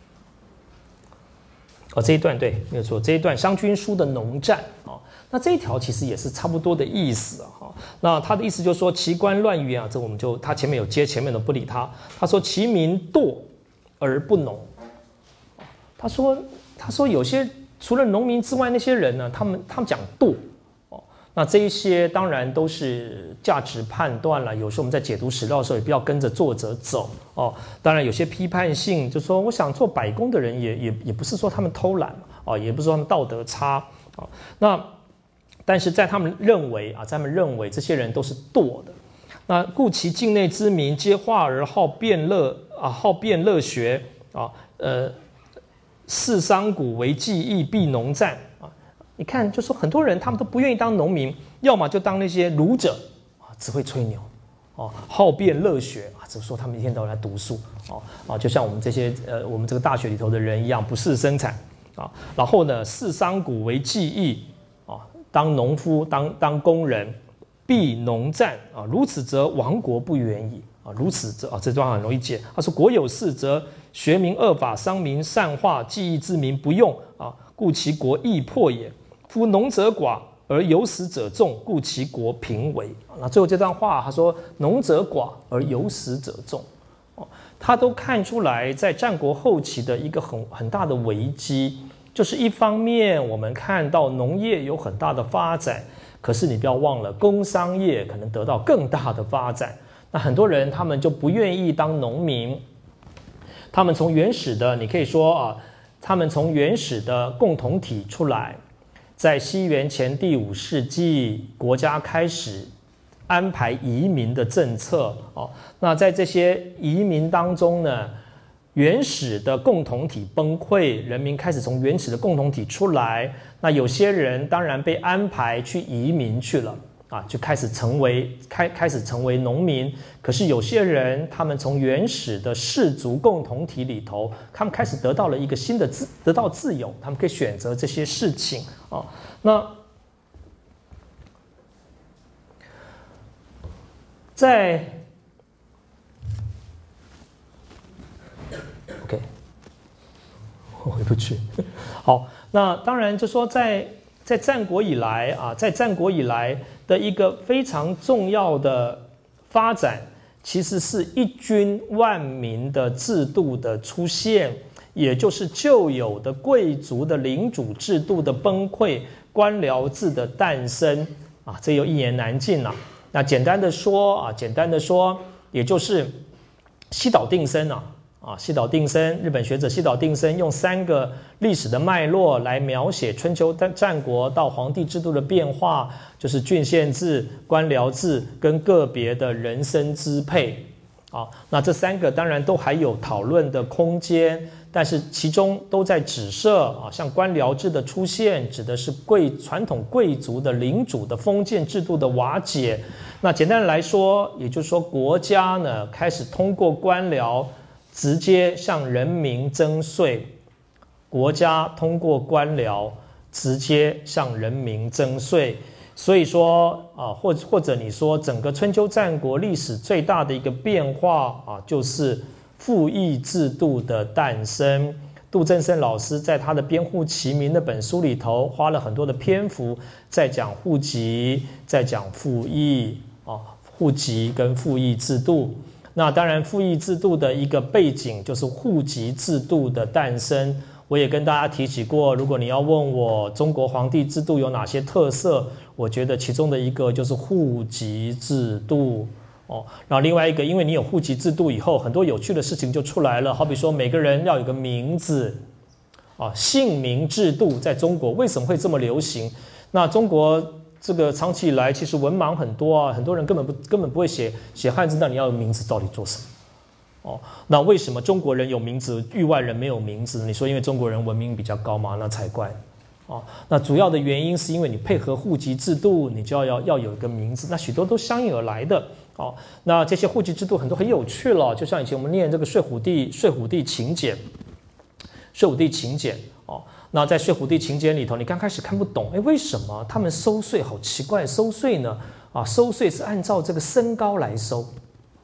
哦，这一段对，没有错，这一段商君书的农战啊、哦，那这一条其实也是差不多的意思啊。哈，那他的意思就是说，其官乱于啊，这我们就他前面有接，前面的不理他。他说其民惰而不农。他说他说有些除了农民之外，那些人呢，他们他们讲惰。那这一些当然都是价值判断了，有时候我们在解读史料的时候，也不要跟着作者走哦。当然有些批判性，就说我想做百工的人也也也不是说他们偷懒哦，也不是说他们道德差啊、哦。那但是在他们认为啊，在他们认为这些人都是惰的。那故其境内之民皆化而好辩乐啊，好辩乐学啊，呃，视商贾为技艺，避农战。你看，就说很多人他们都不愿意当农民，要么就当那些儒者啊，只会吹牛，哦，好辩乐学啊，只说他们一天到晚在读书，哦啊，就像我们这些呃，我们这个大学里头的人一样，不事生产啊。然后呢，视商贾为技艺啊，当农夫，当当工人，避农战啊，如此则亡国不远矣啊。如此则啊，这段很容易解。他说：国有事则学民恶法，商民善化，技艺之民不用啊，故其国亦破也。夫农者寡而有始者众，故其国贫为。那最后这段话，他说：农者寡而有始者众，哦，他都看出来，在战国后期的一个很很大的危机，就是一方面我们看到农业有很大的发展，可是你不要忘了，工商业可能得到更大的发展。那很多人他们就不愿意当农民，他们从原始的，你可以说啊，他们从原始的共同体出来。在西元前第五世纪，国家开始安排移民的政策哦。那在这些移民当中呢，原始的共同体崩溃，人民开始从原始的共同体出来。那有些人当然被安排去移民去了啊，就开始成为开开始成为农民。可是有些人，他们从原始的氏族共同体里头，他们开始得到了一个新的自得到自由，他们可以选择这些事情啊。那在 OK， 我回不去。好，那当然就说在在战国以来啊，在战国以来的一个非常重要的发展，其实是一君万民的制度的出现，也就是旧有的贵族的领主制度的崩溃，官僚制的诞生啊，这又一言难尽了。那简单的说啊，简单的说，也就是西岛定生啊。啊，西岛定生，日本学者西岛定生用三个历史的脉络来描写春秋战国到皇帝制度的变化，就是郡县制、官僚制跟个别的人身支配。啊，那这三个当然都还有讨论的空间，但是其中都在指涉啊，像官僚制的出现，指的是贵传统贵族的领主的封建制度的瓦解。那简单的来说，也就是说国家呢开始通过官僚直接向人民征税，国家通过官僚直接向人民征税，所以说啊，或或者你说整个春秋战国历史最大的一个变化啊，就是赋役制度的诞生。杜正生老师在他的《编户齐民》那本书里头花了很多的篇幅，在讲户籍，在讲赋役啊，户籍跟赋役制度。那当然，赋役制度的一个背景就是户籍制度的诞生。我也跟大家提起过，如果你要问我中国皇帝制度有哪些特色，我觉得其中的一个就是户籍制度哦。然后另外一个，因为你有户籍制度以后，很多有趣的事情就出来了。好比说，每个人要有个名字啊，姓名制度在中国为什么会这么流行？那中国这个长期以来其实文盲很多啊，很多人根本不根本不会写写汉字，那你要有名字到底做什么？哦，那为什么中国人有名字，域外人没有名字？你说因为中国人文明比较高吗？那才怪。哦，那主要的原因是因为你配合户籍制度，你就要要要有一个名字，那许多都相应而来的。哦，那这些户籍制度很多很有趣了，就像以前我们念这个睡虎地睡虎地请柬，睡虎地请柬哦。那在睡虎地请柬里头，你刚开始看不懂，哎，为什么他们收税好奇怪？收税呢？啊，收税是按照这个身高来收，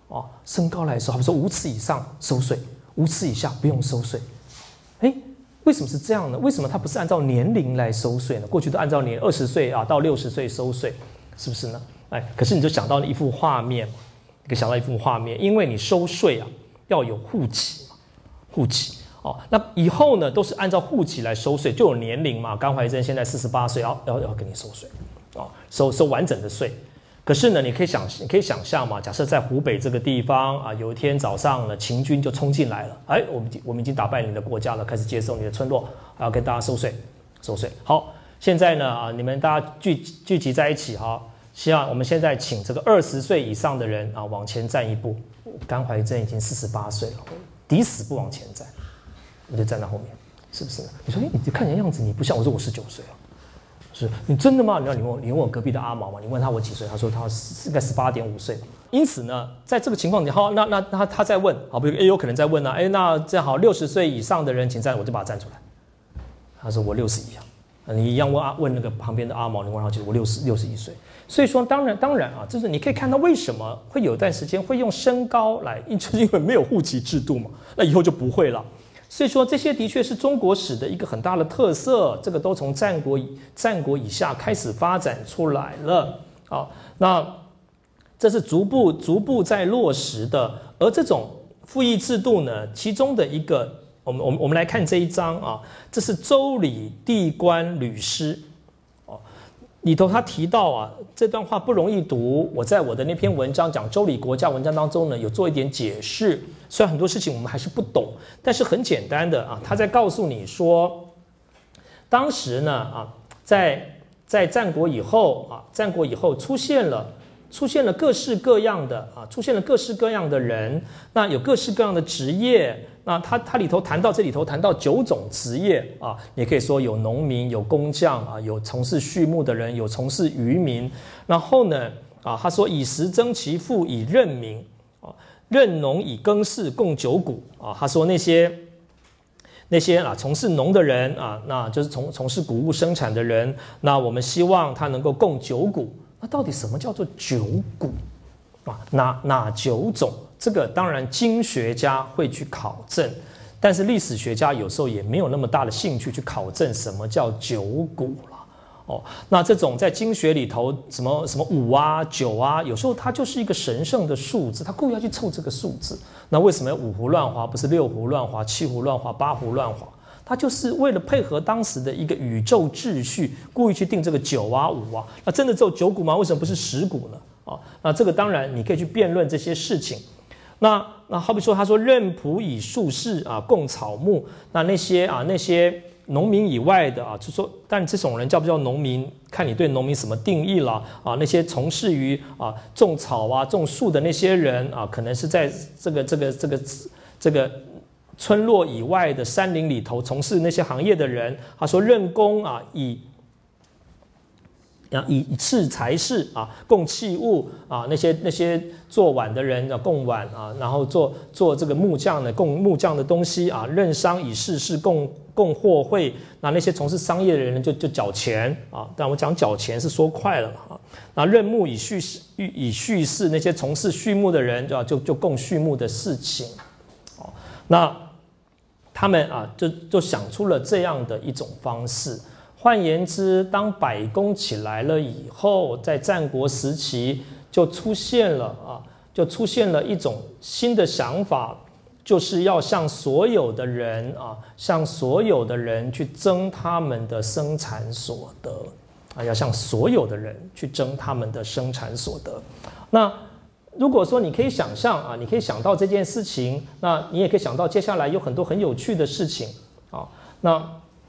哦，身高来说，好比说五尺以上收税，五尺以下不用收税。哎，为什么是这样呢？为什么它不是按照年龄来收税呢？过去都按照年二十岁啊到六十岁收税，是不是呢？哎，可是你就想到了一幅画面嘛，你可以想到一幅画面，因为你收税啊要有户籍嘛，户籍哦，那以后呢都是按照户籍来收税，就有年龄嘛。甘怀真现在四十八岁，要要要给你收税，哦，收收完整的税。可是呢，你可以想，你可以想象嘛，假设在湖北这个地方啊，有一天早上呢，秦军就冲进来了，哎，我们我们已经打败你的国家了，开始接收你的村落，还要跟大家收税，收税。好，现在呢啊，你们大家聚聚集在一起哈，希望我们现在请这个二十岁以上的人啊往前站一步。甘怀真已经四十八岁了，抵死不往前站，我就站在后面，是不是呢？你说，哎，你看你的样子，你不像。我说我十九岁了。是你真的吗？你你问你问我隔壁的阿毛嘛？你问他我几岁？他说他应该十八点五岁。因此呢，在这个情况，你好，那那他他再问，好，比如也有可能再问啊，哎，那这样好，六十岁以上的人请站，我就把他站出来。他说我六十一啊，你一样问啊问那个旁边的阿毛，你问他就我六十六十一岁。所以说，当然当然啊，就是你可以看到为什么会有段时间会用身高来，就是因为没有户籍制度嘛，那以后就不会了。所以说，这些的确是中国史的一个很大的特色，这个都从战国战国以下开始发展出来了。好，那这是逐步逐步在落实的。而这种赋役制度呢，其中的一个，我们我们我们来看这一章啊，这是周礼地官吕师。里头他提到啊，这段话不容易读。我在我的那篇文章讲周礼国家文章当中呢，有做一点解释。虽然很多事情我们还是不懂，但是很简单的啊，他在告诉你说，当时呢啊，在在战国以后啊，战国以后出现了出现了各式各样的啊，出现了各式各样的人，那有各式各样的职业。那他他里头谈到这里头谈到九种职业啊，也可以说有农民，有工匠啊，有从事畜牧的人，有从事渔民。然后呢啊，他说以食征其赋，以任民啊，任农以耕事，共九谷啊。他说那些那些啊从事农的人啊，那就是从从事谷物生产的人，那我们希望他能够共九谷。那到底什么叫做九谷啊？哪哪九种？这个当然经学家会去考证，但是历史学家有时候也没有那么大的兴趣去考证什么叫九谷了。哦，那这种在经学里头什么什么五啊九啊，有时候它就是一个神圣的数字，他故意要去凑这个数字。那为什么要五胡乱华，不是六胡乱华、七胡乱华、八胡乱华？他就是为了配合当时的一个宇宙秩序，故意去定这个九啊五啊。那真的只有九谷吗？为什么不是十谷呢？啊，那这个当然你可以去辩论这些事情。那那好比说，他说任仆以术士啊，共草木。那那些啊那些农民以外的啊，就说，但这种人叫不叫农民，看你对农民什么定义了啊。那些从事于啊种草啊种树的那些人啊，可能是在这个这个这个这个村落以外的山林里头从事那些行业的人。他说任工啊，以以以制材事啊，供器物啊，那些那些做碗的人啊，供碗啊，然后做做这个木匠的供木匠的东西啊，任商以事事供供货会。那那些从事商业的人就就缴钱啊，但我讲缴钱是说快了啊。那任牧以畜事以畜事，那些从事畜牧的人就就就供畜牧的事情。哦，那他们啊，就就想出了这样的一种方式。换言之，当百工起来了以后，在战国时期就出现了啊，就出现了一种新的想法，就是要向所有的人啊，向所有的人去争他们的生产所得啊，要向所有的人去争他们的生产所得。那如果说你可以想象啊，你可以想到这件事情，那你也可以想到接下来有很多很有趣的事情啊，那。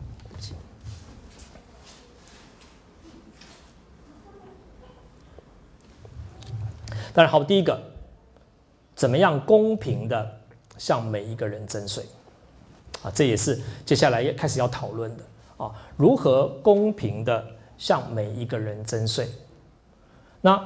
当然好，第一个，怎么样公平的向每一个人征税啊？这也是接下来也开始要讨论的啊，如何公平的向每一个人征税？那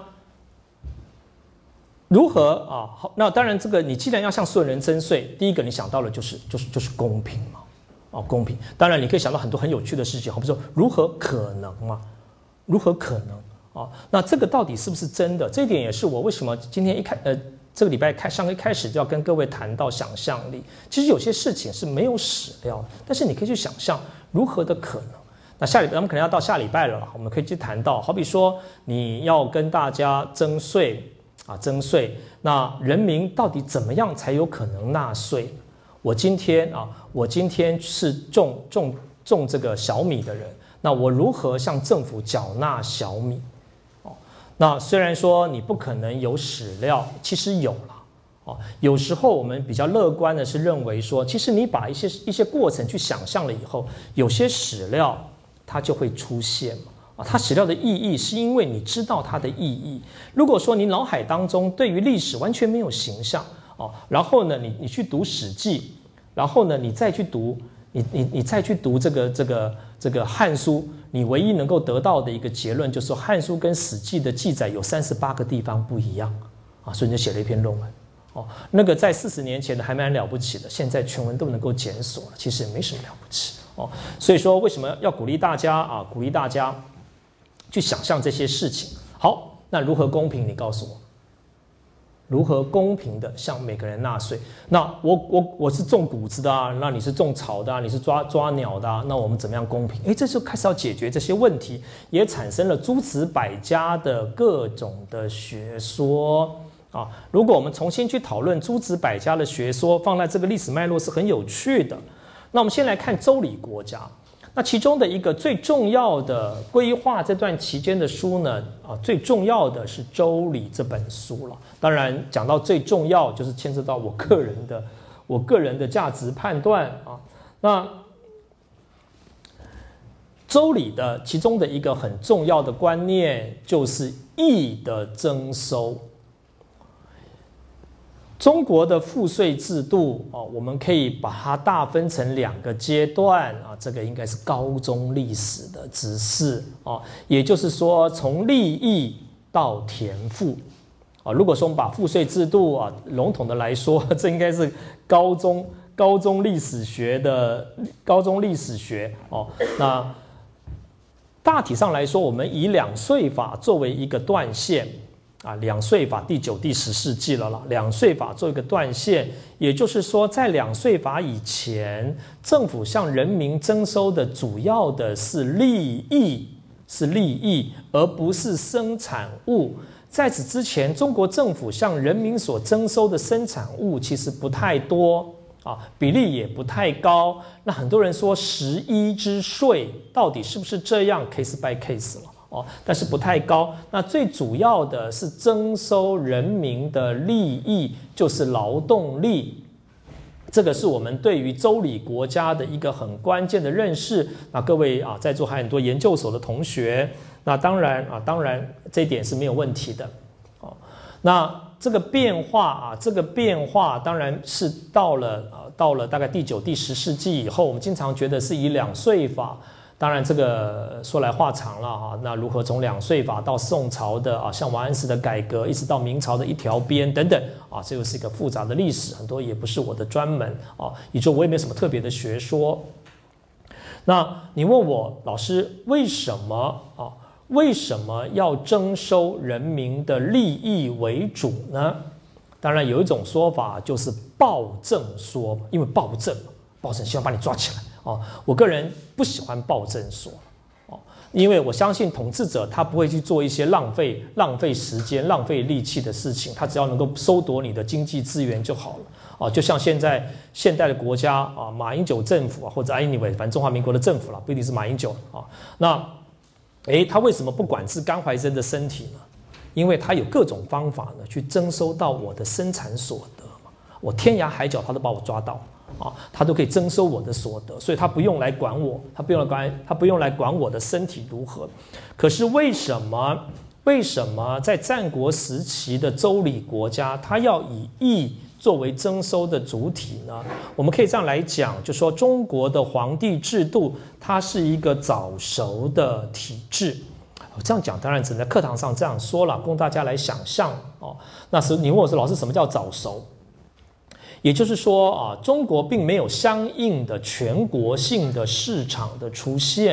如何啊？好，那当然这个你既然要向所有人征税，第一个你想到的就是就是就是公平嘛，哦，公平。当然你可以想到很多很有趣的事情，好比说如何可能嘛？如何可能？哦，那这个到底是不是真的？这一点也是我为什么今天一开呃这个礼拜开上个开始就要跟各位谈到想象力。其实有些事情是没有史料，但是你可以去想象如何的可能。那下礼拜我们可能要到下礼拜了，我们可以去谈到，好比说你要跟大家征税啊，征税，那人民到底怎么样才有可能纳税？我今天啊，我今天是种种种这个小米的人，那我如何向政府缴纳小米？哦，那虽然说你不可能有史料，其实有了。哦，有时候我们比较乐观的是认为说，其实你把一些一些过程去想象了以后，有些史料它就会出现嘛。啊，它史料的意义是因为你知道它的意义。如果说你脑海当中对于历史完全没有形象哦，然后呢，你你去读《史记》，然后呢，你再去读你你你再去读这个这个这个《汉书》，你唯一能够得到的一个结论就是说，《汉书》跟《史记》的记载有三十八个地方不一样啊，所以你就写了一篇论文。哦，那个在四十年前的还蛮了不起的，现在全文都能够检索了，其实也没什么了不起哦。所以说，为什么要鼓励大家啊？鼓励大家去想象这些事情。好，那如何公平？你告诉我，如何公平的向每个人纳税？那我我我是种谷子的啊，那你是种草的啊，你是抓抓鸟的啊，那我们怎么样公平？哎，这时候开始要解决这些问题，也产生了诸子百家的各种的学说。啊，如果我们重新去讨论诸子百家的学说，放在这个历史脉络是很有趣的。那我们先来看周礼国家，那其中的一个最重要的规划这段期间的书呢，啊，最重要的是《周礼》这本书了。当然，讲到最重要，就是牵涉到我个人的我个人的价值判断啊。那周礼的其中的一个很重要的观念就是役的征收。中国的赋税制度啊，我们可以把它大分成两个阶段啊，这个应该是高中历史的知识啊，也就是说从利益到田赋啊。如果说我们把赋税制度啊笼统的来说，这应该是高中高中历史学的高中历史学哦。那大体上来说，我们以两税法作为一个断线。啊，两税法第九、第十世纪了啦。两税法做一个断线，也就是说，在两税法以前，政府向人民征收的主要的是利益，是利益，而不是生产物。在此之前，中国政府向人民所征收的生产物其实不太多啊，比例也不太高。那很多人说十一之税到底是不是这样 ？case by case 了。哦，但是不太高。那最主要的是征收人民的利益，就是劳动力。这个是我们对于周礼国家的一个很关键的认识。那各位啊，在座还有很多研究所的同学，那当然啊，当然这一点是没有问题的。哦，那这个变化啊，这个变化当然是到了啊，到了大概第九、第十世纪以后，我们经常觉得是以两税法。当然，这个说来话长了哈。那如何从两税法到宋朝的啊，像王安石的改革，一直到明朝的一条鞭等等啊，这又是一个复杂的历史，很多也不是我的专门啊，也就我也没有什么特别的学说。那你问我老师，为什么啊？为什么要征收人民的利益为主呢？当然有一种说法就是暴政说，因为暴政，暴政希望把你抓起来。哦，我个人不喜欢暴政说，哦，因为我相信统治者他不会去做一些浪费、浪费时间、浪费力气的事情，他只要能够收夺你的经济资源就好了。哦，就像现在现代的国家啊，马英九政府啊，或者 anyway， 反正中华民国的政府啦，不一定是马英九啊。那，诶，他为什么不管制甘怀真的身体呢？因为他有各种方法呢，去征收到我的生产所得嘛。我天涯海角他都把我抓到。啊，他都可以征收我的所得，所以他不用来管我，他不用来管，他不用来管我的身体如何。可是为什么？为什么在战国时期的周礼国家，他要以役作为征收的主体呢？我们可以这样来讲，就说中国的皇帝制度，它是一个早熟的体制。我这样讲，当然只能在课堂上这样说了，供大家来想象哦。那时你问我说，老师什么叫早熟？也就是说啊，中国并没有相应的全国性的市场的出现，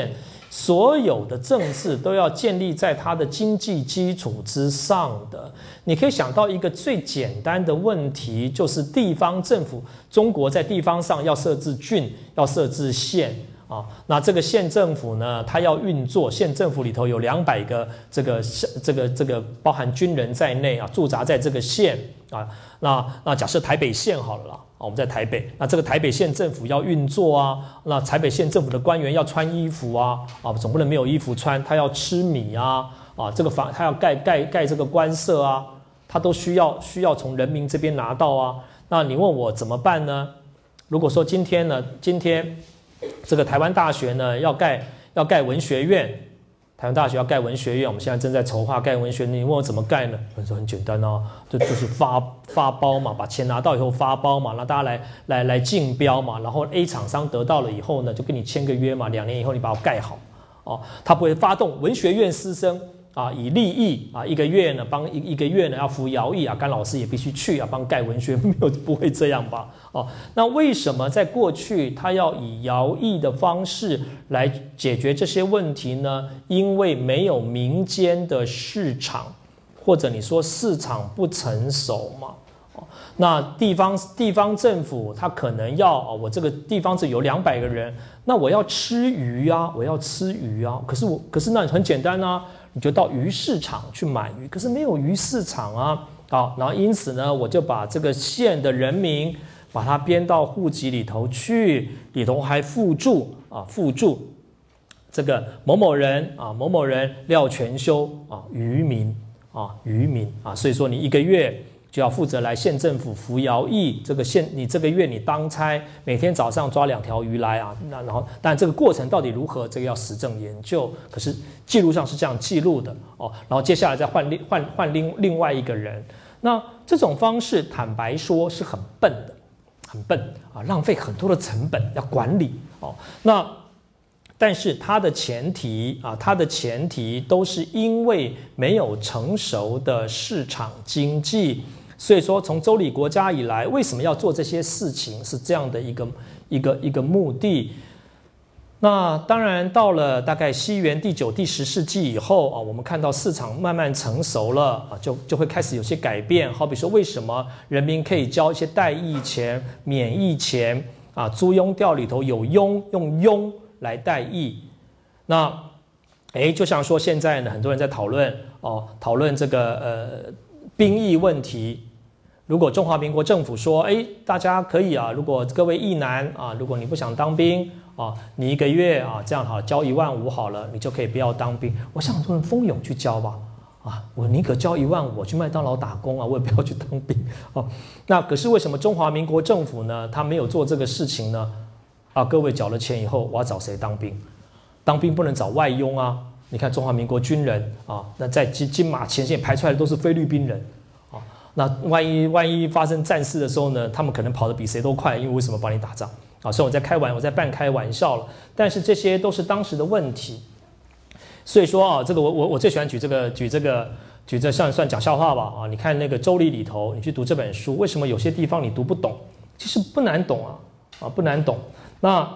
所有的政治都要建立在它的经济基础之上的。你可以想到一个最简单的问题，就是地方政府，中国在地方上要设置郡，要设置县。啊，那这个县政府呢，它要运作，县政府里头有两百个这个这个这个包含军人在内啊，驻扎在这个县啊。那那假设台北县好了啦，啊，我们在台北，那这个台北县政府要运作啊，那台北县政府的官员要穿衣服啊，啊，总不能没有衣服穿，他要吃米啊，啊，这个房他要盖盖盖这个官舍啊，他都需要需要从人民这边拿到啊。那你问我怎么办呢？如果说今天呢，今天这个台湾大学呢要盖要盖文学院，台湾大学要盖文学院，我们现在正在筹划盖文学院。你问我怎么盖呢？我说很简单哦，就就是发发包嘛，把钱拿到以后发包嘛，让大家来来来竞标嘛，然后 A 厂商得到了以后呢，就跟你签个约嘛，两年以后你把我盖好哦，他不会发动文学院师生。啊，以利益啊，一个月呢帮一一个月呢要服徭役啊，甘老师也必须去啊，帮盖文学，没有不会这样吧？哦，那为什么在过去他要以徭役的方式来解决这些问题呢？因为没有民间的市场，或者你说市场不成熟嘛。哦，那地方地方政府他可能要哦，我这个地方只有两百个人，那我要吃鱼啊，我要吃鱼啊，可是我可是那很简单啊。你就到鱼市场去买鱼，可是没有鱼市场啊，好，然后因此呢，我就把这个县的人民把它编到户籍里头去，里头还附注啊，附注这个某某人啊，某某人廖全修啊，渔民啊，渔民啊，所以说你一个月就要负责来县政府服徭役，这个县你这个月你当差，每天早上抓两条鱼来啊，那然后但这个过程到底如何，这个要实证研究。可是记录上是这样记录的哦，然后接下来再换另换换另另外一个人，那这种方式坦白说是很笨的，很笨啊，浪费很多的成本要管理哦。那但是它的前提啊，它的前提都是因为没有成熟的市场经济。所以说，从周礼国家以来，为什么要做这些事情，是这样的一个一个一个目的。那当然，到了大概西元第九、第十世纪以后啊，我们看到市场慢慢成熟了啊，就就会开始有些改变。好比说，为什么人民可以交一些代役钱、免役钱啊？租庸调里头有庸，用庸来代役。那哎，就像说现在呢，很多人在讨论哦，讨论这个呃兵役问题。如果中华民国政府说，哎，大家可以啊，如果各位役男啊，如果你不想当兵啊，你一个月啊这样好交一万五好了，你就可以不要当兵。我想很多人蜂拥去交吧，啊，我宁可交一万五，我去麦当劳打工啊，我也不要去当兵哦。那可是为什么中华民国政府呢，他没有做这个事情呢？啊，各位缴了钱以后，我要找谁当兵？当兵不能找外佣啊。你看中华民国军人啊，那在金金马前线排出来的都是菲律宾人。那万一万一发生战事的时候呢，他们可能跑得比谁都快，因为为什么帮你打仗啊？所以我在开玩，我在半开玩笑了。但是这些都是当时的问题，所以说啊，这个我我我最喜欢举这个举这个举这算算讲笑话吧啊！你看那个《周礼》里头，你去读这本书，为什么有些地方你读不懂？其实不难懂啊啊，不难懂。那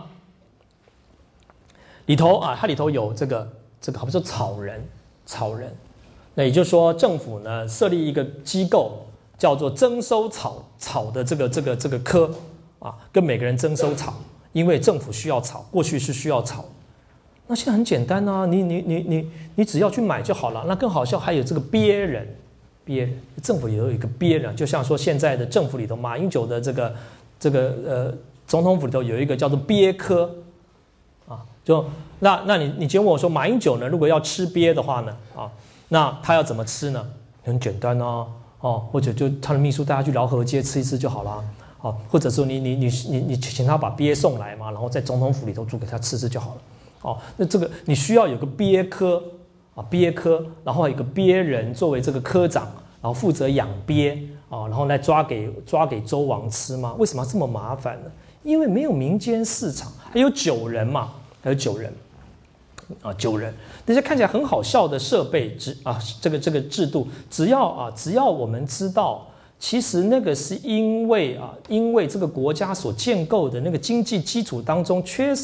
里头啊，它里头有这个这个，好比说草人草人，那也就是说政府呢设立一个机构。叫做征收草草的这个这个这个科啊，跟每个人征收草，因为政府需要草，过去是需要草，那现在很简单啊，你你你你你只要去买就好了。那更好笑，还有这个鳖人，鳖人政府也有一个鳖人，就像说现在的政府里头，马英九的这个这个呃总统府里头有一个叫做鳖科啊，就那那你你今天问我说马英九呢，如果要吃鳖的话呢啊，那他要怎么吃呢？很简单啊。哦，或者就他的秘书带他去饶河街吃一吃就好了，哦，或者说你你你你你请他把鳖送来嘛，然后在总统府里头煮给他吃吃就好了，哦，那这个你需要有个鳖科啊，鳖科，然后有个鳖人作为这个科长，然后负责养鳖啊，然后来抓给抓给周王吃嘛？为什么要这么麻烦呢？因为没有民间市场，还有酒人嘛，还有酒人。啊，酒人那些看起来很好笑的设备制啊，这个这个制度，只要啊，只要我们知道，其实那个是因为啊，因为这个国家所建构的那个经济基础当中缺少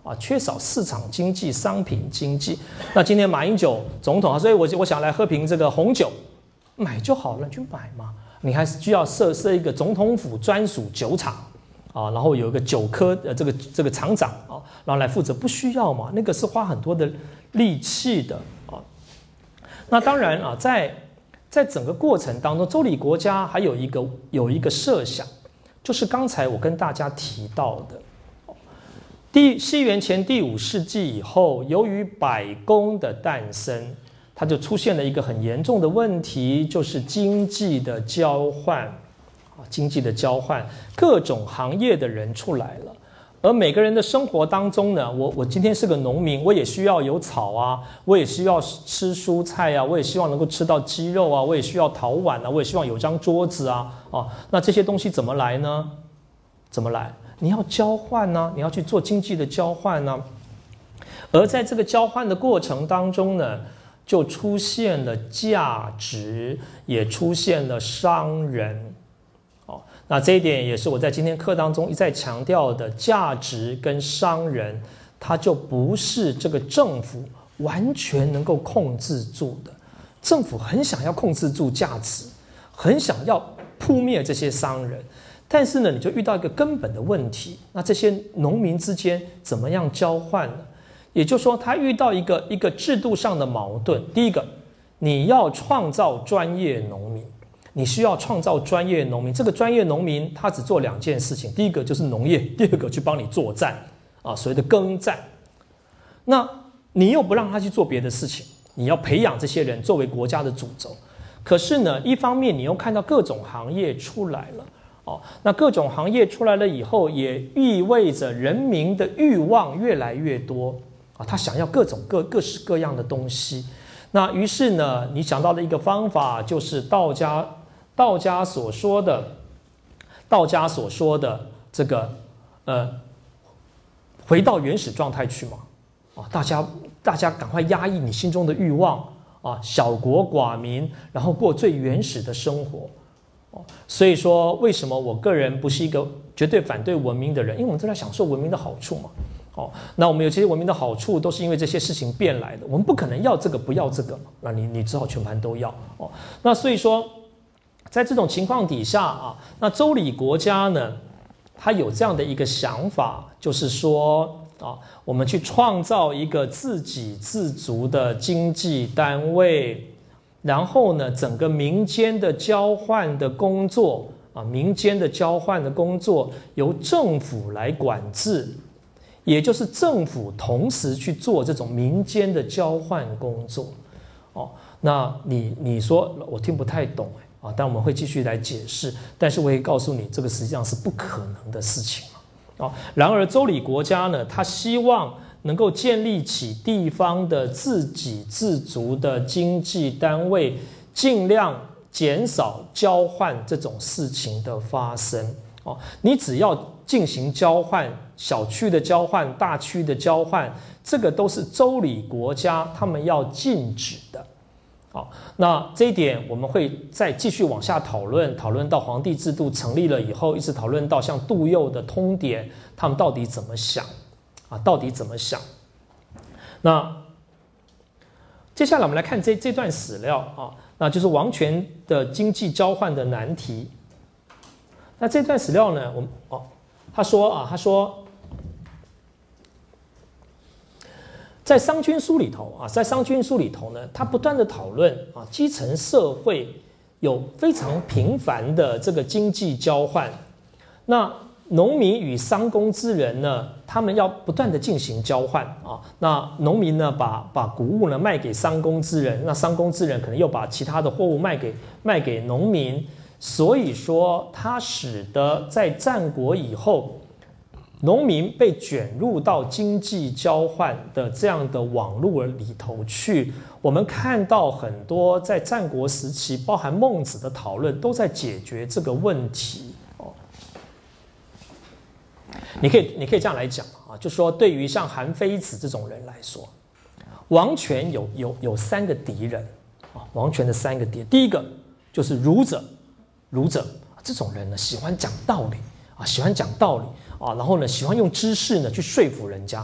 啊，缺少市场经济、商品经济。那今天马英九总统啊，所以我我想来喝瓶这个红酒，买就好了，你去买嘛。你还是需要设设一个总统府专属酒厂啊，然后有一个酒科呃这个这个厂长啊，然后来负责，不需要嘛？那个是花很多的力气的啊。那当然啊，在在整个过程当中，周礼国家还有一个有一个设想，就是刚才我跟大家提到的。第西元前第五世纪以后，由于百工的诞生，它就出现了一个很严重的问题，就是经济的交换啊，经济的交换，各种行业的人出来了，而每个人的生活当中呢，我我今天是个农民，我也需要有草啊，我也需要吃蔬菜啊，我也希望能够吃到鸡肉啊，我也需要陶碗啊，我也希望有张桌子啊，啊，那这些东西怎么来呢？怎么来？你要交换呢、啊，你要去做经济的交换呢、啊，而在这个交换的过程当中呢，就出现了价值，也出现了商人。哦，那这一点也是我在今天课当中一再强调的，价值跟商人，它就不是这个政府完全能够控制住的。政府很想要控制住价值，很想要扑灭这些商人。但是呢，你就遇到一个根本的问题，那这些农民之间怎么样交换呢？也就是说，他遇到一个一个制度上的矛盾。第一个，你要创造专业农民，你需要创造专业农民。这个专业农民他只做两件事情，第一个就是农业，第二个去帮你作战啊，所谓的耕战。那你又不让他去做别的事情，你要培养这些人作为国家的主轴。可是呢，一方面你又看到各种行业出来了。哦，那各种行业出来了以后，也意味着人民的欲望越来越多啊，他想要各种各各式各样的东西。那于是呢，你想到的一个方法就是道家道家所说的道家所说的这个呃，回到原始状态去嘛。啊，大家大家赶快压抑你心中的欲望啊，小国寡民，然后过最原始的生活。所以说，为什么我个人不是一个绝对反对文明的人？因为我们都在享受文明的好处嘛。哦，那我们有这些文明的好处，都是因为这些事情变来的。我们不可能要这个不要这个嘛，那你你只好全盘都要。哦，那所以说，在这种情况底下啊，那周礼国家呢，他有这样的一个想法，就是说啊，我们去创造一个自给自足的经济单位。然后呢，整个民间的交换的工作啊，民间的交换的工作由政府来管制，也就是政府同时去做这种民间的交换工作。哦，那你你说我听不太懂啊，但我们会继续来解释。但是我也告诉你，这个实际上是不可能的事情嘛。哦，然而周礼国家呢，他希望能够建立起地方的自给自足的经济单位，尽量减少交换这种事情的发生。哦，你只要进行交换，小区的交换、大区的交换，这个都是周礼国家他们要禁止的。好，那这一点我们会再继续往下讨论，讨论到皇帝制度成立了以后，一直讨论到像杜佑的通典，他们到底怎么想？啊，到底怎么想？那接下来我们来看这这段史料啊，那就是王权的经济交换的难题。那这段史料呢，我们哦，他说啊，他说，在商君书里头啊，在商君书里头呢，他不断的讨论啊，基层社会有非常频繁的这个经济交换，那农民与商工之人呢，他们要不断的进行交换啊。那农民呢，把把谷物呢卖给商工之人，那商工之人可能又把其他的货物卖给卖给农民。所以说，它使得在战国以后，农民被卷入到经济交换的这样的网络里头去。我们看到很多在战国时期，包含孟子的讨论，都在解决这个问题。你可以，你可以这样来讲啊，就说对于像韩非子这种人来说，王权有有有三个敌人啊，王权的三个敌人，第一个就是儒者，儒者这种人呢喜欢讲道理啊，喜欢讲道理啊，然后呢喜欢用知识呢去说服人家。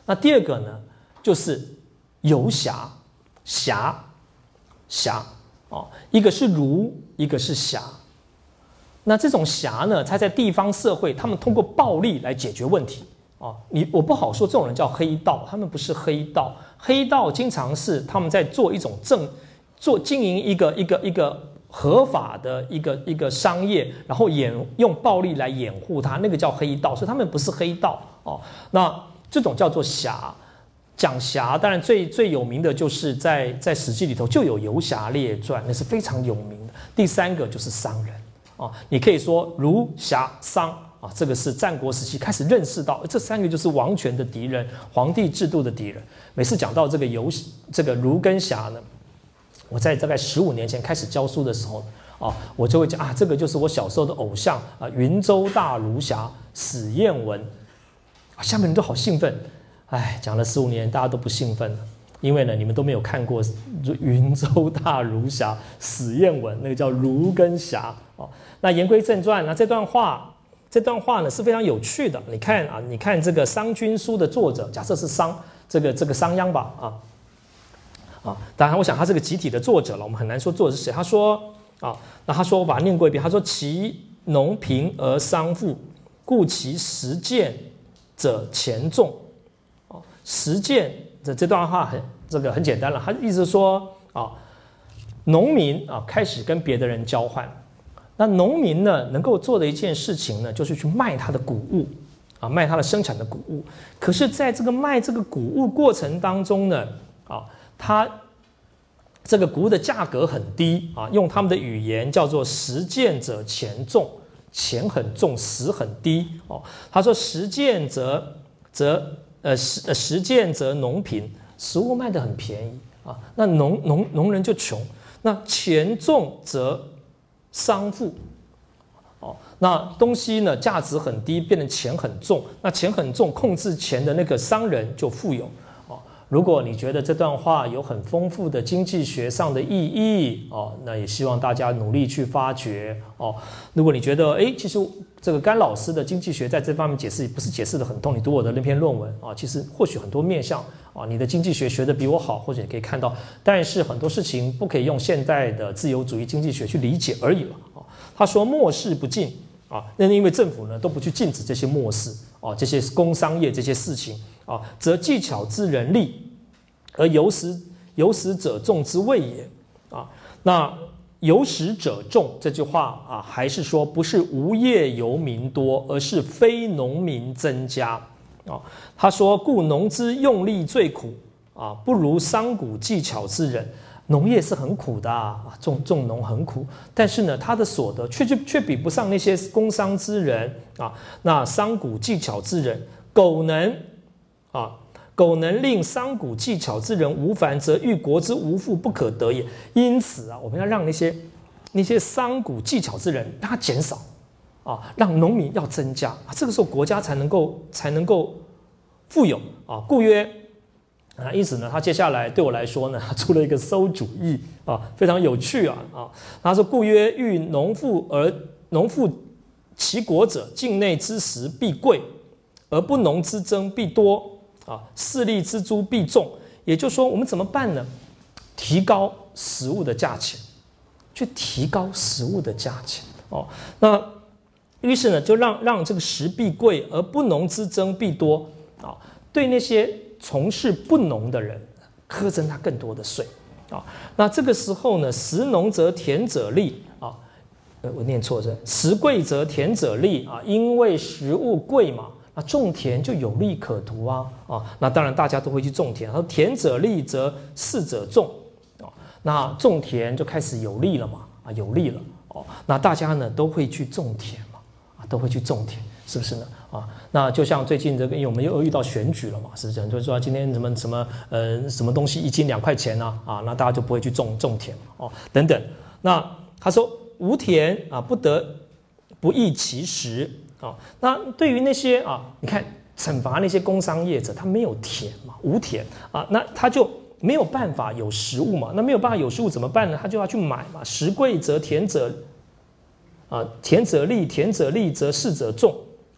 那第二个呢，就是游侠，侠，侠哦，一个是儒，一个是侠。那这种侠呢，他在地方社会，他们通过暴力来解决问题哦。你我不好说这种人叫黑道，他们不是黑道，黑道经常是他们在做一种正，做经营一个一个一个合法的一个一个商业，然后掩用暴力来掩护它，那个叫黑道，所以他们不是黑道哦。那这种叫做侠。讲侠，当然最最有名的就是在在《史记》里头就有《游侠列传》，那是非常有名的。第三个就是商人啊，你可以说儒侠商啊，这个是战国时期开始认识到这三个就是王权的敌人，皇帝制度的敌人。每次讲到这个游这个儒跟侠呢，我在大概十五年前开始教书的时候啊，我就会讲啊，这个就是我小时候的偶像啊，云州大儒侠史彦文，下面人都好兴奋。哎，讲了十五年，大家都不兴奋了，因为呢，你们都没有看过云州大儒侠史彦文，那个叫儒跟侠哦。那言归正传，那这段话，这段话呢是非常有趣的。你看啊，你看这个《商君书》的作者，假设是商这个这个商鞅吧，啊啊，当然我想他是个集体的作者了，我们很难说作者是谁。他说啊，那他说我把它念过一遍，他说其农贫而商富，故其实践者钱重。实践的这段话很这个很简单了，他意思说啊，农民啊开始跟别的人交换，那农民呢能够做的一件事情呢，就是去卖他的谷物啊，卖他的生产的谷物。可是，在这个卖这个谷物过程当中呢，啊，他这个谷物的价格很低啊，用他们的语言叫做实践者钱重，钱很重，实很低哦。他说实践则则。呃，实实践则农贫，食物卖得很便宜啊，那农农农人就穷。那钱重则商富，哦，那东西呢价值很低，变成钱很重，那钱很重，控制钱的那个商人就富有。哦，如果你觉得这段话有很丰富的经济学上的意义，哦，那也希望大家努力去发掘。哦，如果你觉得，哎，其实。这个甘老师的经济学在这方面解释不是解释得很通，你读我的那篇论文啊，其实或许很多面向啊，你的经济学学得比我好，或者你可以看到，但是很多事情不可以用现代的自由主义经济学去理解而已了啊。他说漠视不禁啊，那是因为政府呢都不去禁止这些漠视啊，这些工商业这些事情啊，则技巧之人力，而有始有始者众之谓也啊，那。有始者众这句话啊，还是说不是无业游民多，而是非农民增加啊。他说，故农之用力最苦啊，不如商贾技巧之人。农业是很苦的啊，种种农很苦，但是呢，他的所得却却比不上那些工商之人啊。那商贾技巧之人，苟能啊。苟能令商贾技巧之人无烦，则欲国之无富不可得也。因此啊，我们要让那些那些商贾技巧之人让它减少啊，让农民要增加啊，这个时候国家才能够才能够富有啊。故曰啊，因此呢，他接下来对我来说呢，出了一个馊主意啊，非常有趣啊啊。他说：“故曰，欲农富而农富其国者，境内之食必贵，而不农之增必多。”啊，势利之诸必重，也就是说，我们怎么办呢？提高食物的价钱，去提高食物的价钱哦。那于是呢，就让让这个食必贵，而不农之增必多啊。对那些从事不农的人，苛征他更多的税啊。那这个时候呢，食农则田者利啊，呃，我念错了，食贵则田者利啊，因为食物贵嘛。那种田就有利可图啊啊！那当然大家都会去种田。他说：“田者利，则士者众啊。”那种田就开始有利了嘛啊，有利了哦。那大家呢都会去种田嘛啊，都会去种田，是不是呢啊？那就像最近这个，因为我们又遇到选举了嘛，是不是？很多人说今天什么什么呃什么东西一斤两块钱啊啊，那大家就不会去种种田哦等等。那他说：“无田啊，不得不益其食。”啊，那对于那些啊，你看惩罚那些工商业者，他没有田嘛，无田啊，那他就没有办法有食物嘛，那没有办法有食物怎么办呢？他就要去买嘛，食贵则田者啊，田者利，田者利则士者众啊，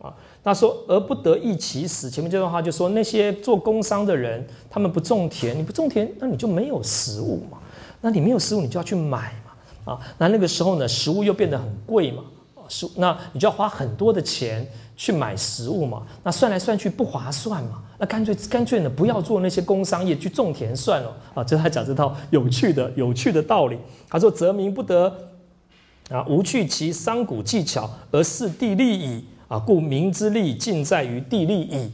那说而不得益其食，前面这段话就说那些做工商的人，他们不种田，你不种田，那你就没有食物嘛。那你没有食物，你就要去买嘛。啊，那那个时候呢，食物又变得很贵嘛。食，那你就要花很多的钱去买食物嘛。那算来算去不划算嘛。那干脆干脆呢，不要做那些工商业，去种田算了。啊，这他讲这套有趣的有趣的道理。他说：“则民不得啊，无去其商贾技巧，而视地利矣。啊，故民之利尽在于地利矣。”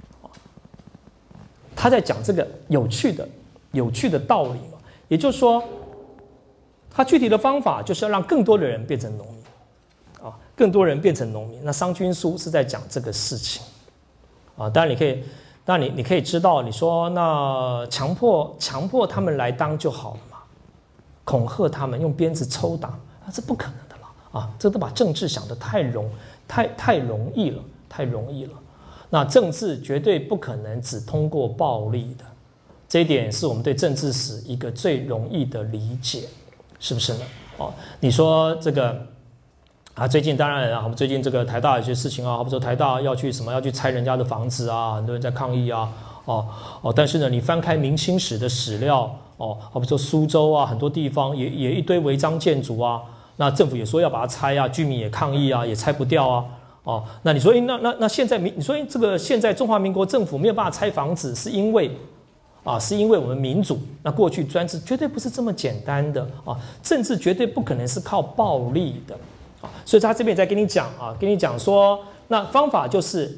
他在讲这个有趣的有趣的道理嘛，也就是说，他具体的方法就是要让更多的人变成农民。啊，更多人变成农民。那商君书是在讲这个事情。啊，当然你可以。那你你可以知道，你说那强迫强迫他们来当就好了嘛？恐吓他们，用鞭子抽打，啊，这不可能的了啊！这都把政治想得太容太太容易了，太容易了。那政治绝对不可能只通过暴力的，这一点是我们对政治史一个最容易的理解，是不是呢？哦，你说这个。啊，最近当然啊，我们最近这个台大有些事情啊，好比说台大要去什么，要去拆人家的房子啊，很多人在抗议啊，哦哦，但是呢，你翻开明清史的史料，哦，好比说苏州啊，很多地方也也一堆违章建筑啊，那政府也说要把它拆啊，居民也抗议啊，也拆不掉啊，哦，那你说，那那那现在民，你说这个现在中华民国政府没有办法拆房子，是因为啊，是因为我们民主，那过去专制绝对不是这么简单的啊，政治绝对不可能是靠暴力的。所以他这边也在跟你讲啊，跟你讲说，那方法就是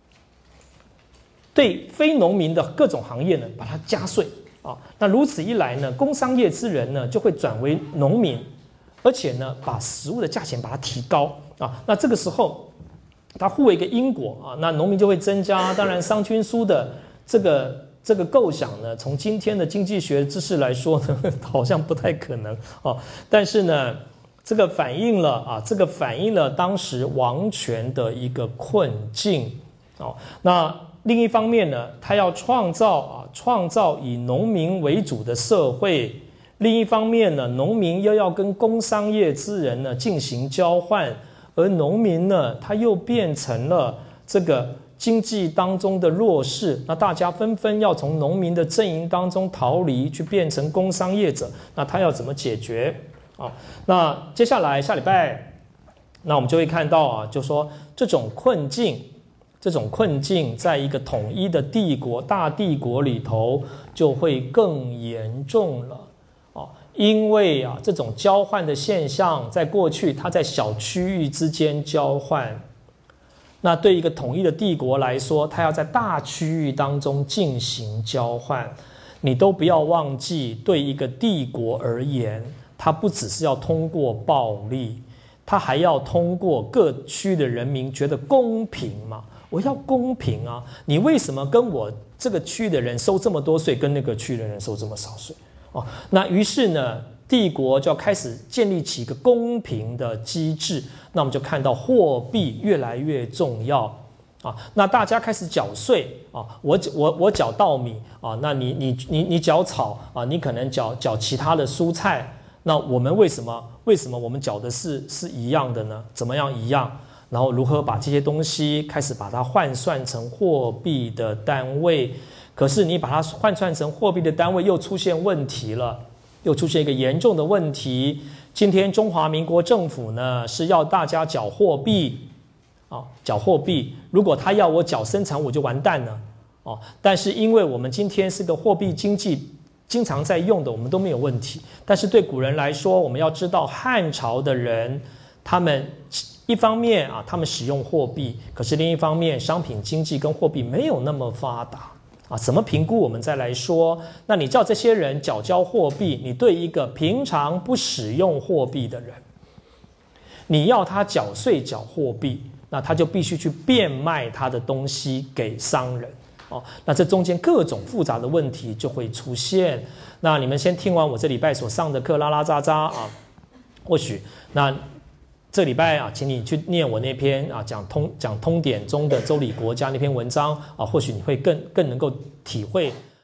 对非农民的各种行业呢，把它加税啊。那如此一来呢，工商业之人呢就会转为农民，而且呢，把食物的价钱把它提高啊。那这个时候，它互为一个因果啊。那农民就会增加。当然，商君书的这个这个构想呢，从今天的经济学知识来说呢，好像不太可能哦。但是呢。这个反映了啊，这个反映了当时王权的一个困境哦。那另一方面呢，他要创造啊，创造以农民为主的社会；另一方面呢，农民又要跟工商业之人呢进行交换，而农民呢，他又变成了这个经济当中的弱势。那大家纷纷要从农民的阵营当中逃离，去变成工商业者。那他要怎么解决？啊，那接下来下礼拜，那我们就会看到啊，就说这种困境，这种困境，在一个统一的帝国、大帝国里头，就会更严重了哦。因为啊，这种交换的现象，在过去它在小区域之间交换，那对一个统一的帝国来说，它要在大区域当中进行交换，你都不要忘记，对一个帝国而言。它不只是要通过暴力，它还要通过各区的人民觉得公平嘛？我要公平啊！你为什么跟我这个区的人收这么多税，跟那个区的人收这么少税？哦，那于是呢，帝国就要开始建立起一个公平的机制。那我们就看到货币越来越重要啊！那大家开始缴税啊，我我我缴稻米啊，那你你你你缴草啊，你可能缴缴其他的蔬菜。那我们为什么为什么我们缴的是是一样的呢？怎么样一样？然后如何把这些东西开始把它换算成货币的单位？可是你把它换算成货币的单位，又出现问题了，又出现一个严重的问题。今天中华民国政府呢是要大家缴货币啊，缴货币。如果他要我缴生产，我就完蛋了哦。但是因为我们今天是个货币经济。经常在用的，我们都没有问题。但是对古人来说，我们要知道汉朝的人，他们一方面啊，他们使用货币，可是另一方面，商品经济跟货币没有那么发达啊。怎么评估？我们再来说。那你叫这些人缴交货币，你对一个平常不使用货币的人，你要他缴税缴货币，那他就必须去变卖他的东西给商人。哦，那这中间各种复杂的问题就会出现。那你们先听完我这礼拜所上的课，拉拉杂杂啊，或许那这礼拜啊，请你去念我那篇啊讲通讲通典中的周礼国家那篇文章啊，或许你会更更能够体会